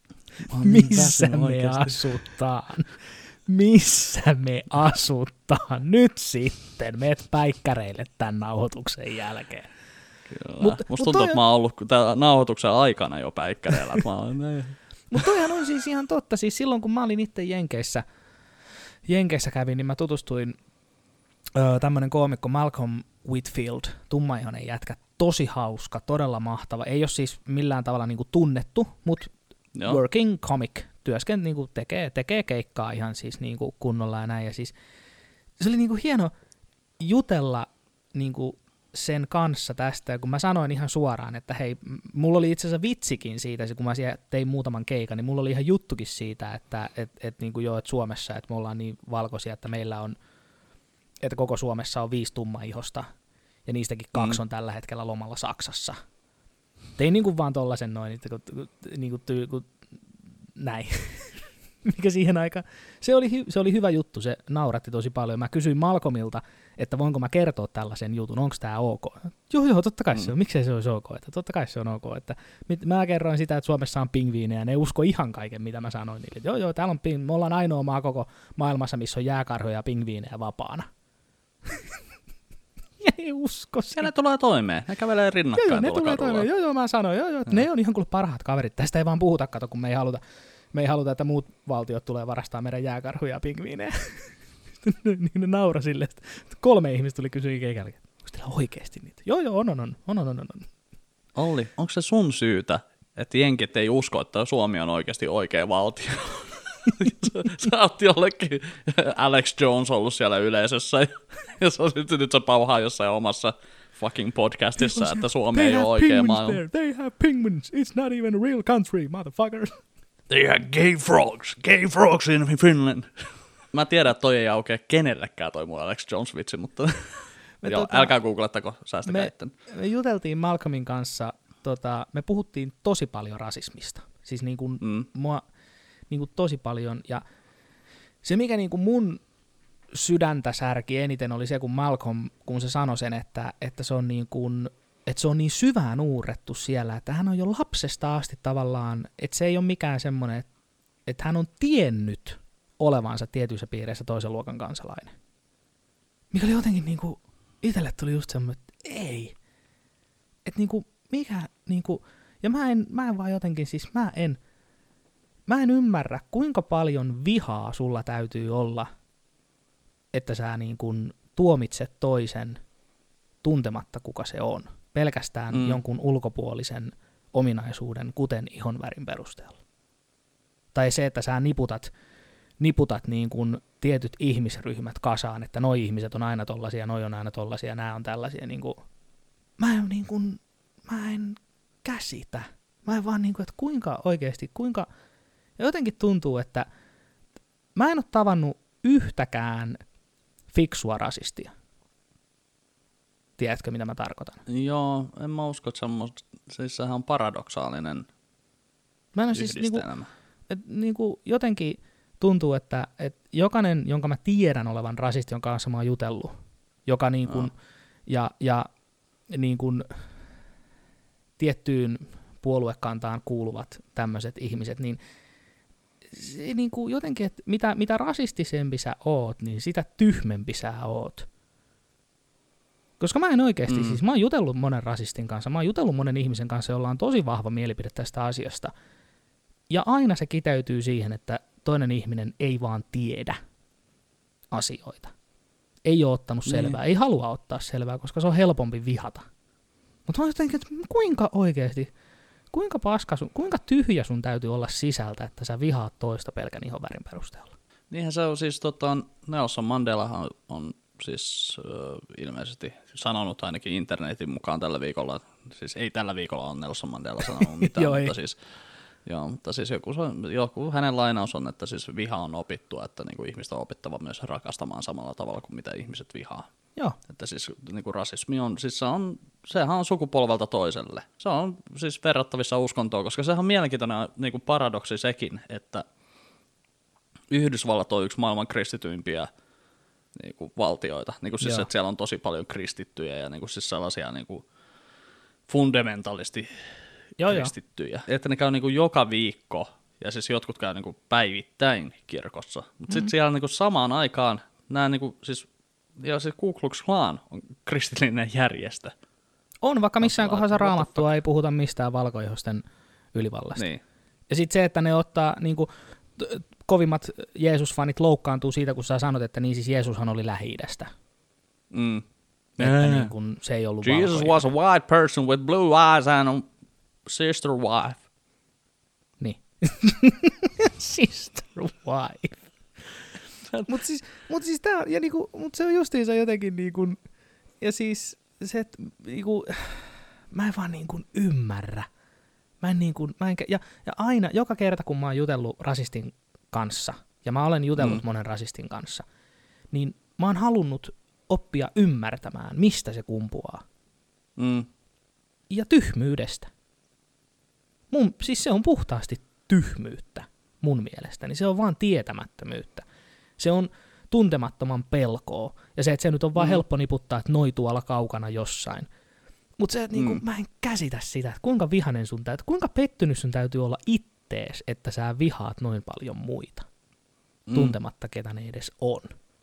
Missä me oikeasti. asutaan? Missä me asutaan? Nyt sitten, meet päikkäreille tämän nauhoituksen jälkeen. Kyllä. Mut, Musta mut tuntuu, toi... että mä oon ollut tämän nauhoituksen aikana jo päikkäreillä. Mutta toihan on siis ihan totta. Siis silloin, kun mä olin itse Jenkeissä, Jenkeissä kävin, niin mä tutustuin öö, tämmönen koomikko Malcolm Whitfield, tummaihoinen jätkä, tosi hauska, todella mahtava. Ei ole siis millään tavalla niinku tunnettu, mutta working comic, työsken niinku tekee, tekee keikkaa ihan siis niinku kunnolla ja näin. Ja siis se oli niinku hieno jutella niinku sen kanssa tästä, ja kun mä sanoin ihan suoraan, että hei, mulla oli itse asiassa vitsikin siitä, kun mä siellä tein muutaman keikan, niin mulla oli ihan juttukin siitä, että et, et, niin kuin jo, että Suomessa, että me ollaan niin valkoisia, että meillä on, että koko Suomessa on viisi tummaihosta, ja niistäkin kaksi mm. on tällä hetkellä lomalla Saksassa. Tein niin kuin vaan tollasen noin, että kun, niin kuin, tyy, kun, näin. Mikä siihen aikaan, se oli, se oli hyvä juttu, se nauratti tosi paljon. Mä kysyin Malcolmilta, että voinko mä kertoa tällaisen jutun, onko tämä ok? Joo, joo, totta kai mm. se on, miksei se olisi ok, että totta kai se on ok. Että mä kerroin sitä, että Suomessa on pingviinejä, ne usko ihan kaiken, mitä mä sanoin niille. Joo, joo, täällä on ping- me ollaan ainoa maa koko maailmassa, missä on jääkarhoja ja pingviinejä vapaana. Ja ne usko sitä. Ja ne tulee toimeen, ne kävelee rinnakkain. Joo, ne tulee toimeen, joo, joo, mä sanoin, joo, joo, mm. ne on ihan kuin parhaat kaverit. Tästä ei vaan puhuta, kato, kun me ei haluta. Me ei haluta, että muut valtiot tulee varastaa meidän jääkarhuja ja pingviinejä. Niin ne naura silleen, että kolme ihmistä tuli kysyä keikälleen, onko teillä oikeasti niitä? Joo, joo, on, on, on, on, on, on, on. Olli, onko se sun syytä, että jenkit ei usko, että Suomi on oikeasti oikea valtio? Sä oot jollekin Alex Jones ollut siellä yleisössä, ja se on sitten nyt se pauhaa jossain omassa fucking podcastissa, että Suomi ei ole oikea maailma. They have penguins, it's not even a real country, motherfuckers. They have gay frogs, gay frogs in Finland. Mä tiedän, että toi ei aukea kenellekään toi mun Alex Jones-vitsi, mutta joo, tota, älkää googlettako, säästäkää me, itten. Me juteltiin Malcolmin kanssa, tota, me puhuttiin tosi paljon rasismista. Siis niin kuin mm. mua niin kuin tosi paljon, ja se mikä niin kuin mun sydäntä särki eniten oli se, kun Malcolm, kun se sanoi sen, että, että se on niin kuin että se on niin syvään uurrettu siellä, että hän on jo lapsesta asti tavallaan, että se ei ole mikään semmoinen, että, että hän on tiennyt olevansa tietyissä piireissä toisen luokan kansalainen. Mikä oli jotenkin niin kuin, itselle tuli just semmoinen, että ei. Että niin kuin, mikä, niin kuin, ja mä en, mä en vaan jotenkin, siis mä en, mä en ymmärrä, kuinka paljon vihaa sulla täytyy olla, että sä niin kuin tuomitset toisen tuntematta kuka se on. Pelkästään mm. jonkun ulkopuolisen ominaisuuden, kuten ihonvärin perusteella. Tai se, että sä niputat, niputat niin kuin tietyt ihmisryhmät kasaan, että noi ihmiset on aina tollasia, noi on aina tollasia, nämä on tällaisia. Niin kuin, mä, en, niin kuin, mä en käsitä. Mä en vaan, niin kuin, että kuinka oikeasti, kuinka... Ja jotenkin tuntuu, että mä en ole tavannut yhtäkään fiksua rasistia. Tiedätkö, mitä mä tarkoitan? Joo, en mä usko, että semmoista, siis sehän on paradoksaalinen mä en siis niinku, et, niinku, jotenkin tuntuu, että et jokainen, jonka mä tiedän olevan rasisti, jonka kanssa mä oon jutellut, joka niinku, no. ja, ja niinku, tiettyyn puoluekantaan kuuluvat tämmöiset ihmiset, niin se niinku, jotenkin, että mitä, mitä rasistisempi sä oot, niin sitä tyhmempi sä oot. Koska mä en oikeasti, mm. siis mä oon jutellut monen rasistin kanssa, mä oon jutellut monen ihmisen kanssa, jolla on tosi vahva mielipide tästä asiasta. Ja aina se kiteytyy siihen, että toinen ihminen ei vaan tiedä asioita. ei ole ottanut Niin. selvää, ei halua ottaa selvää, koska se on helpompi vihata. Mutta on jotenkin, että kuinka oikeasti, kuinka paska sun, kuinka tyhjä sun täytyy olla sisältä, että sä vihaat toista pelkän ihonvärin perusteella. Niinhän se on siis, tota, Nelson Mandelahan on siis äh, ilmeisesti sanonut ainakin internetin mukaan tällä viikolla, siis ei tällä viikolla on Nelson Mandela sanonut mitään, Joo, mutta, siis, joo, mutta siis joku, joku hänen lainaus on, että siis viha on opittu, että niinku ihmistä on opittava myös rakastamaan samalla tavalla kuin mitä ihmiset vihaa. Joo. Että siis niinku rasismi on, siis se on, sehän on sukupolvelta toiselle. Se on siis verrattavissa uskontoon, koska sehän on mielenkiintoinen niinku paradoksi sekin, että Yhdysvallat on yksi maailman kristityimpiä niinku valtioita. Niinku siis, että siellä on tosi paljon kristittyjä ja niinku siis sellaisia niinku fundamentalisti Joo, kristittyjä. Jo. Että ne käy niinku joka viikko ja siis jotkut käy niinku päivittäin kirkossa. Mutta mm-hmm. sitten siellä niinku samaan aikaan nämä niinku siis ja siis Ku Klux Klan on kristillinen järjestö. On, vaikka missään kohdassa raamattua ei puhuta mistään valkoihoisten ylivallasta. Niin. Ja sitten se, että ne ottaa, niinku, t- kovimmat Jeesus-fanit loukkaantuu siitä, kun sä sanot, että niin siis Jeesushan oli Lähi-idästä. Mm. Että yeah. niin kun se ei ollut Jesus valkoinen. was a white person with blue eyes and a sister wife. Niin. Sister wife. Mutta siis, mut siis tää, ja niinku, mut se on justiinsa jotenkin niinku, ja siis se, että niinku, mä en vaan niinku ymmärrä. Mä en niinku, mä en, ja, ja aina, joka kerta kun mä oon jutellut rasistin kanssa, ja mä olen jutellut mm. monen rasistin kanssa, niin mä oon halunnut oppia ymmärtämään, mistä se kumpuaa. Mm. Ja tyhmyydestä. Mun, siis se on puhtaasti tyhmyyttä mun mielestäni. Se on vaan tietämättömyyttä. Se on tuntemattoman pelkoa. Ja se, että se nyt on vaan mm. helppo niputtaa, että noi tuolla kaukana jossain. Mutta se, että mm. niinku, mä en käsitä sitä, että kuinka vihanen sun täytyy, kuinka pettynyt sun täytyy olla ittees, että sä vihaat noin paljon muita. Mm. Tuntematta, ketä ne edes on.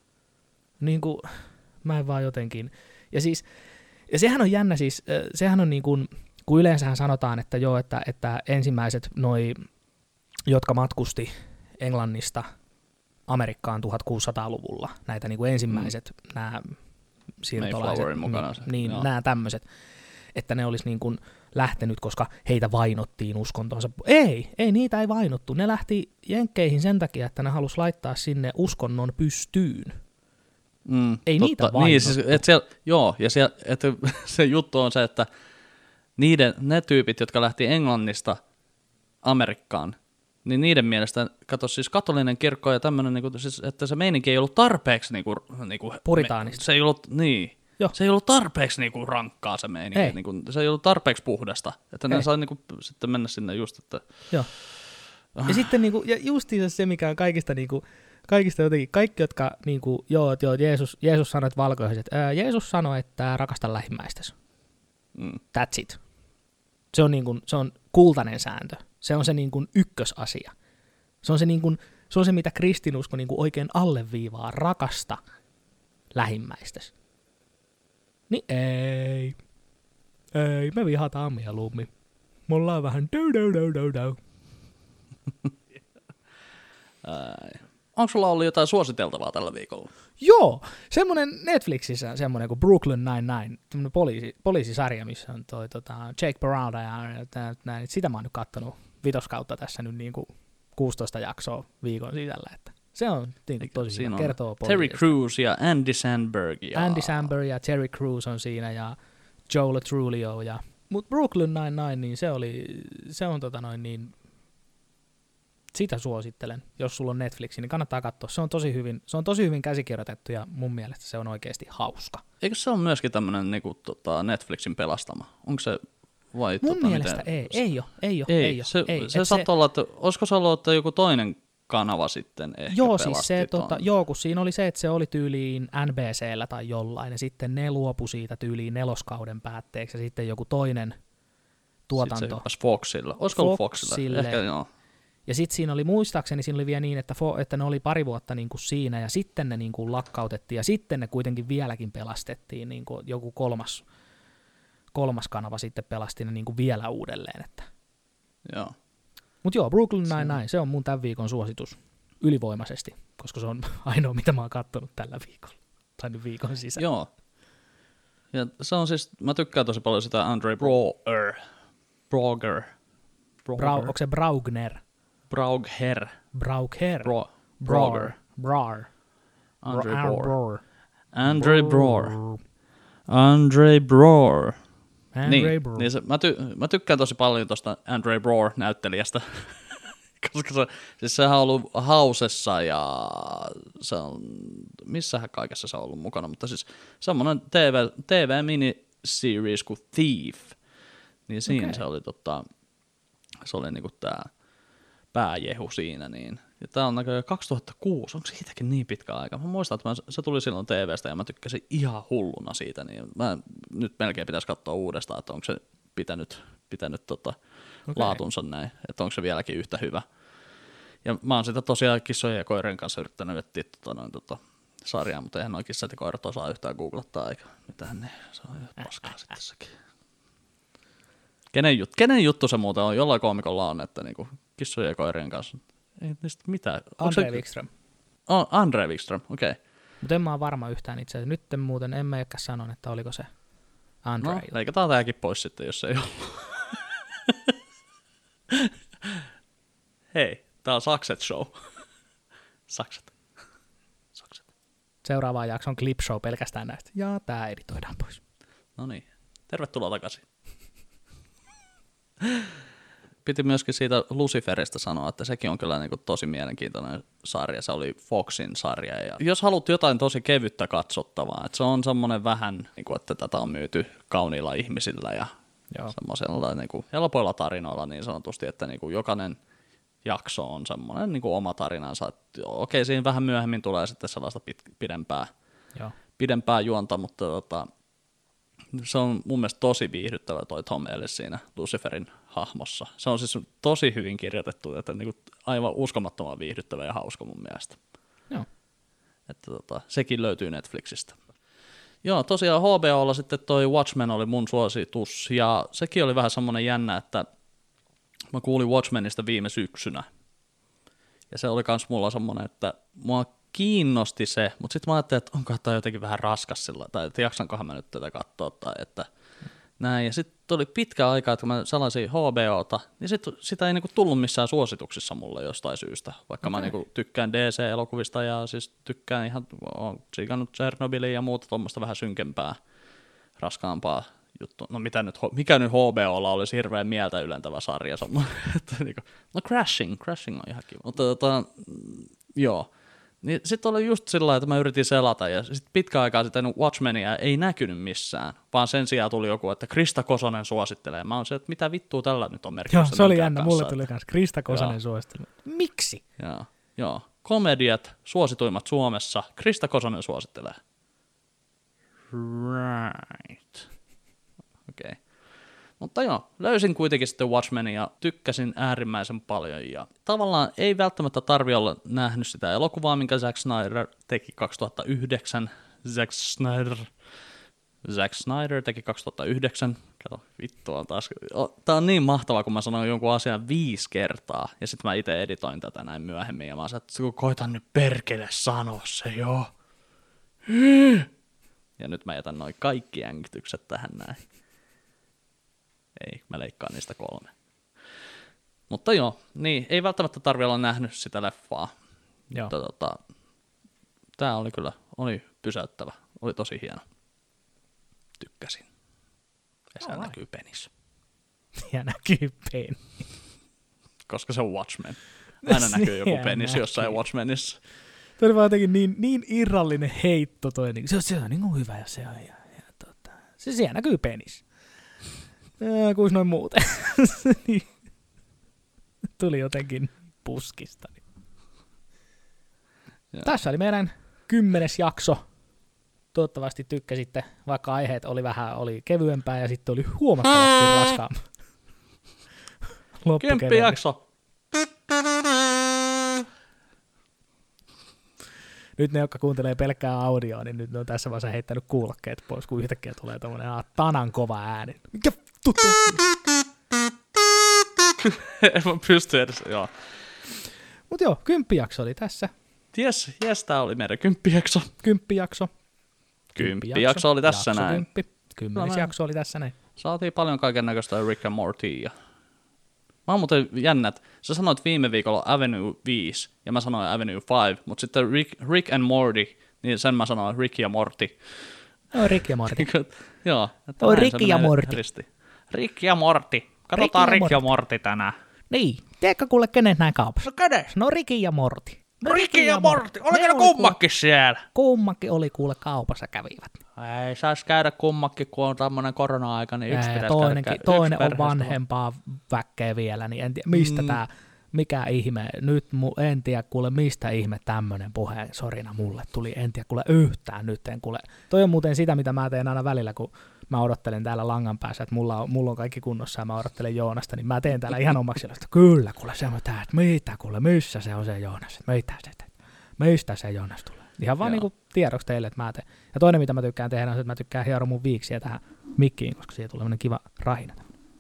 Niinku, mä en vaan jotenkin. Ja siis, ja sehän on jännä siis, sehän on niin kuin, kun yleensähän sanotaan, että joo, että, että ensimmäiset noi, jotka matkusti Englannista Amerikkaan tuhatkuusisataaluvulla, näitä niin kuin ensimmäiset, mm. nämä siirtolaiset, niin, niin nämä tämmöiset, että ne olisi niin kuin lähtenyt, koska heitä vainottiin uskontonsa. Ei, ei niitä ei vainottu. Ne lähti Jenkkeihin sen takia, että ne halusi laittaa sinne uskonnon pystyyn. Mm, ei totta. niitä vainottu. Niin, siis, et siellä, joo, ja siellä, et se juttu on se, että niiden, ne tyypit, jotka lähti Englannista Amerikkaan, niin niiden mielestä, kato siis katolinen kirkko ja tämmöinen, niin siis, että se meininki ei ollut tarpeeksi niin kuin, niin kuin, puritaanista. Se ei ollut, niin, jo. se ei ollut tarpeeksi niin kuin, rankkaa se meininki, niin kuin, se ei ollut tarpeeksi puhdasta, että ei. Ne sai niin kuin, sitten mennä sinne just, että... Joo. Ja sitten niin kuin, ja justiinsa se, mikä on kaikista, niin kuin, kaikista jotenkin, kaikki, jotka, niin kuin, joo, joo, Jeesus, Jeesus sanoi, että valkoiset, ää, Jeesus sanoi, että rakasta lähimmäistäsi. Mm. That's it. Se on, niin kuin, se on kultainen sääntö. Se on se niin kuin ykkösasia. Se on se, niin kuin, se on se mitä kristinusko niin kuin oikein alleviivaa, rakasta lähimmäistäsi. Niin ei. Ei, me vihataan mieluummin. Me ollaan vähän dou dou dou dou dou. Onko sulla ollut jotain suositeltavaa tällä viikolla? Joo, semmoinen Netflixissä semmoinen kuin Brooklyn Nine-Nine, tämmöinen poliisi, poliisisarja, missä on toi tota, Jake Peralta ja, ja näin. Sitä mä oon nyt kattonut vitoskautta tässä nyt niinku kuusitoista jaksoa viikon sisällä, että se on niinku tosi hyvä, kertoo Terry Crews ja Andy Samberg. Ja... Andy Samberg ja Terry Crews on siinä ja Joe Trulio ja, mut Brooklyn Nine-Nine, niin se oli, se on tota noin niin, sitä suosittelen, jos sulla on Netflix, niin kannattaa katsoa. Se on tosi hyvin, se on tosi hyvin käsikirjoitettu ja mun mielestä se on oikeasti hauska. Eikö se ole myöskin tämmöinen niinku, tota, Netflixin pelastama? Onko se vai? Mun tota, mielestä miten? ei, ei ole, ei ole, ei, ei ole. Se, ei. se saattoi olla, että olisiko se ollut, että joku toinen kanava sitten ehkä joo, pelasti siis se, tota, joo, kun siinä oli se, että se oli tyyliin N B C:llä tai jollain, ja sitten ne luopu siitä tyyliin neloskauden päätteeksi, ja sitten joku toinen tuotanto. Sitten se Foxilla. Olisiko ollut Foxilla? Ehkä joo. Ja sitten siinä oli, muistaakseni siinä oli vielä niin, että, fo, että ne oli pari vuotta niin kuin siinä, ja sitten ne niin kuin lakkautettiin, ja sitten ne kuitenkin vieläkin pelastettiin, niin kuin joku kolmas, kolmas kanava sitten pelasti ne niin kuin vielä uudelleen. Että. Joo. Mutta joo, Brooklyn Nine-Nine, se on mun tämän viikon suositus ylivoimaisesti, koska se on ainoa, mitä mä oon katsonut tällä viikolla. SummerSlamin viikon sisällä. Joo. Ja se on siis, mä tykkään tosi paljon sitä Andre Brawler. Brauger. Brau, onko se Braugner? Braugher. Braugher. Bra, Brawler. Brar. Andre Bra- Brawler. Brawler. Andre Brawler. Andre Brawler. Andre Niin, Brawler. niin se, mä, ty, mä tykkään tosi paljon tosta Andre Brawler-näyttelijästä. Koska se, siis sehän on ollut Hausessa ja se on, missähän kaikessa se on ollut mukana, mutta siis semmoinen T V, T V-miniseries kuin Thief, niin siinä Okei. se oli tota, se oli niinku tää pääjehu siinä, niin. Ja tää on näköjään kaksituhattakuusi, onko siitäkin niin pitkä aika? Mä muistan, että mä, se tuli silloin T V:stä ja mä tykkäsin ihan hulluna siitä, niin mä nyt melkein pitäisi katsoa uudestaan, että onko se pitänyt, pitänyt tota Okei. laatunsa näin, että onko se vieläkin yhtä hyvä. Ja mä oon sitä tosiaan kissojen ja koirien kanssa yrittänyt etsiä tota, noin, tota, sarjaa, mutta eihän noin kissat ja koirat osaa yhtään googlettaa eikä mitään, niin se on ihan paskaa sitten sekin. Kenen, jut, kenen juttu se muuten on? Jollain koomikolla on, että niinku kissojen ja koirien kanssa. Ei niistä mitään. Onko Andre se- Wikström. Oh, Andre Wikström, okei. Okay. Mutta en mä ole varma yhtään itse asiassa. Nyt muuten en mä eikä sanon, että oliko se Andre. No, leikataan tääkin pois sitten, jos ei ollut. Hei, tää on Sakset Show. Sakset. Sakset. Seuraavaan jakson clip show pelkästään näistä. Ja tää editoidaan pois. No niin, tervetuloa takaisin. Piti myöskin siitä Luciferista sanoa, että sekin on kyllä niinku tosi mielenkiintoinen sarja. Se oli Foxin sarja. Ja jos haluat jotain tosi kevyttä katsottavaa, että se on semmoinen vähän, niinku, että tätä on myyty kauniilla ihmisillä ja Joo. semmoisella niinku helpoilla tarinoilla niin sanotusti, että niinku jokainen jakso on semmoinen niinku oma tarinansa. Että okei, siinä vähän myöhemmin tulee sitten sellaista pit- pidempää, Joo. pidempää juonta, mutta tota, se on mun mielestä tosi viihdyttävä toi Tom Ellis siinä Luciferin hahmossa. Se on siis tosi hyvin kirjoitettu, että niinku aivan uskomattoman viihdyttävä ja hauska mun mielestä. Joo. Että tota, sekin löytyy Netflixistä. Joo, tosiaan H B O:lla sitten toi Watchmen oli mun suositus, ja sekin oli vähän semmoinen jännä, että mä kuulin Watchmenista viime syksynä. Ja se oli kans mulla semmoinen, että mua kiinnosti se, mutta sitten mä ajattelin, että onkohan tämä jotenkin vähän raskas sillä, tai että jaksankohan mä nyt tätä katsoa, tai että näin. Ja sitten oli pitkä aika, että kun mä salasin H B O:ta, niin sit, sitä ei niinku tullut missään suosituksissa mulle jostain syystä, vaikka okay. mä niinku tykkään D C-elokuvista ja siis tykkään ihan, oon siikannut Tchernobylia ja muuta tuommoista vähän synkempää, raskaampaa juttua. No mitä nyt, mikä nyt H B O:lla olisi hirveän mieltä ylentävä sarja, että niinku, no Crashing, Crashing on ihan kiva, mutta tota, joo. Niin sitten oli just sillä lailla, että mä yritin selata, ja sitten pitkä aikaa sitten Watchmenia ei näkynyt missään, vaan sen sijaan tuli joku, että Krista Kosonen suosittelee. Mä oon se, että mitä vittua tällä nyt on merkitystä. Joo, se oli jännä. kanssa, Mulle että... tuli kans Krista Kosonen suosittelu. Miksi? Joo, joo. Komediat suosituimmat Suomessa. Krista Kosonen suosittelee. Right. Okei. Okay. Mutta joo, löysin kuitenkin sitten Watchmenin ja tykkäsin äärimmäisen paljon. Ja tavallaan ei välttämättä tarvi olla nähnyt sitä elokuvaa, minkä Zack Snyder teki kaksituhattayhdeksän. Zack Snyder. Zack Snyder teki kaksituhattayhdeksän. Kato, vittu on taas. Tää on niin mahtavaa, kun mä sanon jonkun asian viisi kertaa. Ja sitten mä itse editoin tätä näin myöhemmin. Ja mä sanoin, että koitan nyt perkele sanoa se joo. Ja nyt mä jätän noin kaikki jängitykset tähän näin. Ei, mä leikkaan niistä kolme. Mutta joo, niin, ei välttämättä tarvitse olla nähnyt sitä leffaa. Joo. Mutta tota, tää oli kyllä, oli pysäyttävä, oli tosi hieno. Tykkäsin. Ja se Alright. näkyy penissä. Ja näkyy peni. Koska se on Watchmen. Aina näkyy joku Siellä penis näkyy. jossain Watchmenissa. Tuo oli vaan jotenkin niin, niin irrallinen heitto toi. Niin, se, on- se on niin kuin hyvä, jos se on. Ja, ja, tota, se siellä näkyy penis. Ja, kuis noin muuten. Niin. Tuli jotenkin puskista. Joo. Tässä oli meidän kymmenes jakso. Toivottavasti tykkäsitte, vaikka aiheet oli vähän oli kevyempää ja sitten oli huomattavasti raskaampaa. Kymppi jakso. Nyt ne, jotka kuuntelee pelkkää audioa, niin nyt ne on tässä vaiheessa heittänyt kuulokkeet pois, kun yhtäkkiä tulee tommonen tanan kova ääni. Mikä tuttu? En mä pysty edes, joo. Mut joo, kymppijakso oli tässä. Jes, jes, tää oli meidän kymppijakso. Kymppijakso. Kymppi jakso oli tässä jakso näin. Kymppi. Kymmenes No, jakso oli tässä näin. Saatiin paljon kaiken näköistä Rick and Mortya. Mä oon muuten jännät. Sä sanoit viime viikolla Avenue viisi ja mä sanoin Avenue viisi, mutta sitten Rick, Rick and Morty, niin sen mä sanoin Rick ja Morty. No, Rick ja Morty. Joo. Että on Rick ja Morty. Risti. Rick ja Morty. Katsotaan Rick, Rick ja Morty tänään. Niin. Tiedätkö kuule kenet näin kaupassa? No kenes? No Rick ja Morty. No Rick ja Morty. Oliko ne kummakin siellä? Kummakin oli kuule kaupassa kävivät. Ei saisi käydä kummakin, kun on tämmöinen korona-aika, niin yksi pitäisi toinenkin, käydä. Toinen on vanhempaa väkkeä vielä, niin en tiedä, mistä mm. tämä, mikä ihme, nyt mu, en tiedä kuule, mistä ihme tämmöinen puhe, sorina mulle tuli, en tiedä kuule yhtään nyt, en kuule. Toi on muuten sitä, mitä mä teen aina välillä, kun mä odottelen täällä langan päässä, että mulla on, mulla on kaikki kunnossa ja mä odottelen Joonasta, niin mä teen täällä ihan omaksi että kyllä kuule se on tää, että mitä kuule, missä se on se Joonas, mitä se, mistä se Joonas tulee. Ihan vaan niinku tiedoksi teille, että mä teen. Ja toinen, mitä mä tykkään tehdä, on se, että mä tykkään hieroa mun viiksiä tähän mikkiin, koska siitä tulee kiva rahina.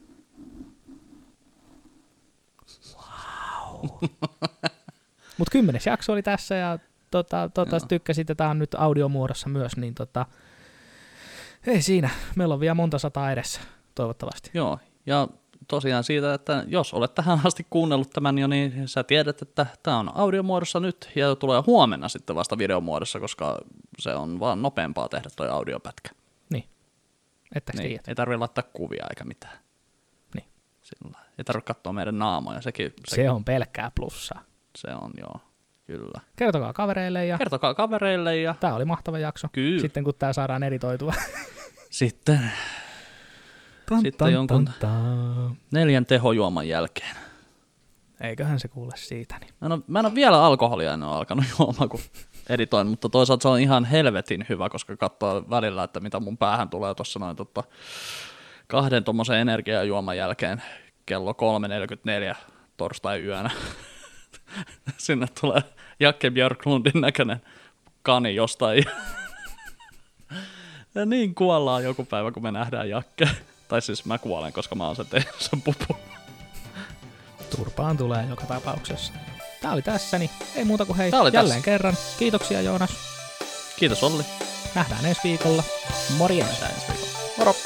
Wow. Mut kymmenes jakso oli tässä ja tota, tota, tykkäsit, että tää on nyt audiomuodossa myös, niin tota, ei siinä. Meillä on vielä monta sataa edessä, toivottavasti. Joo, ja tosiaan siitä, että jos olet tähän asti kuunnellut tämän jo, niin sä tiedät, että tämä on audiomuodossa nyt ja tulee huomenna sitten vasta videomuodossa, koska se on vaan nopeampaa tehdä toi audiopätkä. Niin. Etteikö niin. tiedät? Ei tarvitse laittaa kuvia eikä mitään. Niin. Sillä. Ei tarvitse katsoa meidän naamoja. Sekin, se, sekin, on pelkkää plussaa. Se on, joo. Kyllä. Kertokaa kavereille. Ja Kertokaa kavereille. Ja tää oli mahtava jakso. Kyllä. Sitten kun tää saadaan editoitua. Sitten... Tan, Sitten tan, jonkun tan, tan. neljän tehojuoman jälkeen. Eiköhän se kuule siitä. Niin. Mä en ole, mä en ole vielä alkoholia en ole alkanut juomaan, kun editoin, mutta toisaalta se on ihan helvetin hyvä, koska katsoo välillä, että mitä mun päähän tulee tuossa noin totta, kahden tommosen energiajuoman jälkeen kello kolme neljäkymmentäneljä torstai-yönä. Sinne tulee Jakke Björklundin näköinen kani jostain. Ja niin kuollaan joku päivä, kun me nähdään Jakke. Tai siis mä kuolen, koska mä oon se teidän pupu. Turpaan tulee joka tapauksessa. Tää oli tässä, niin ei muuta kuin hei, jälleen tässä. Kerran. Kiitoksia Joonas. Kiitos Olli. Nähdään ensi viikolla. Morjens. Nähdään ensi viikolla. Moro.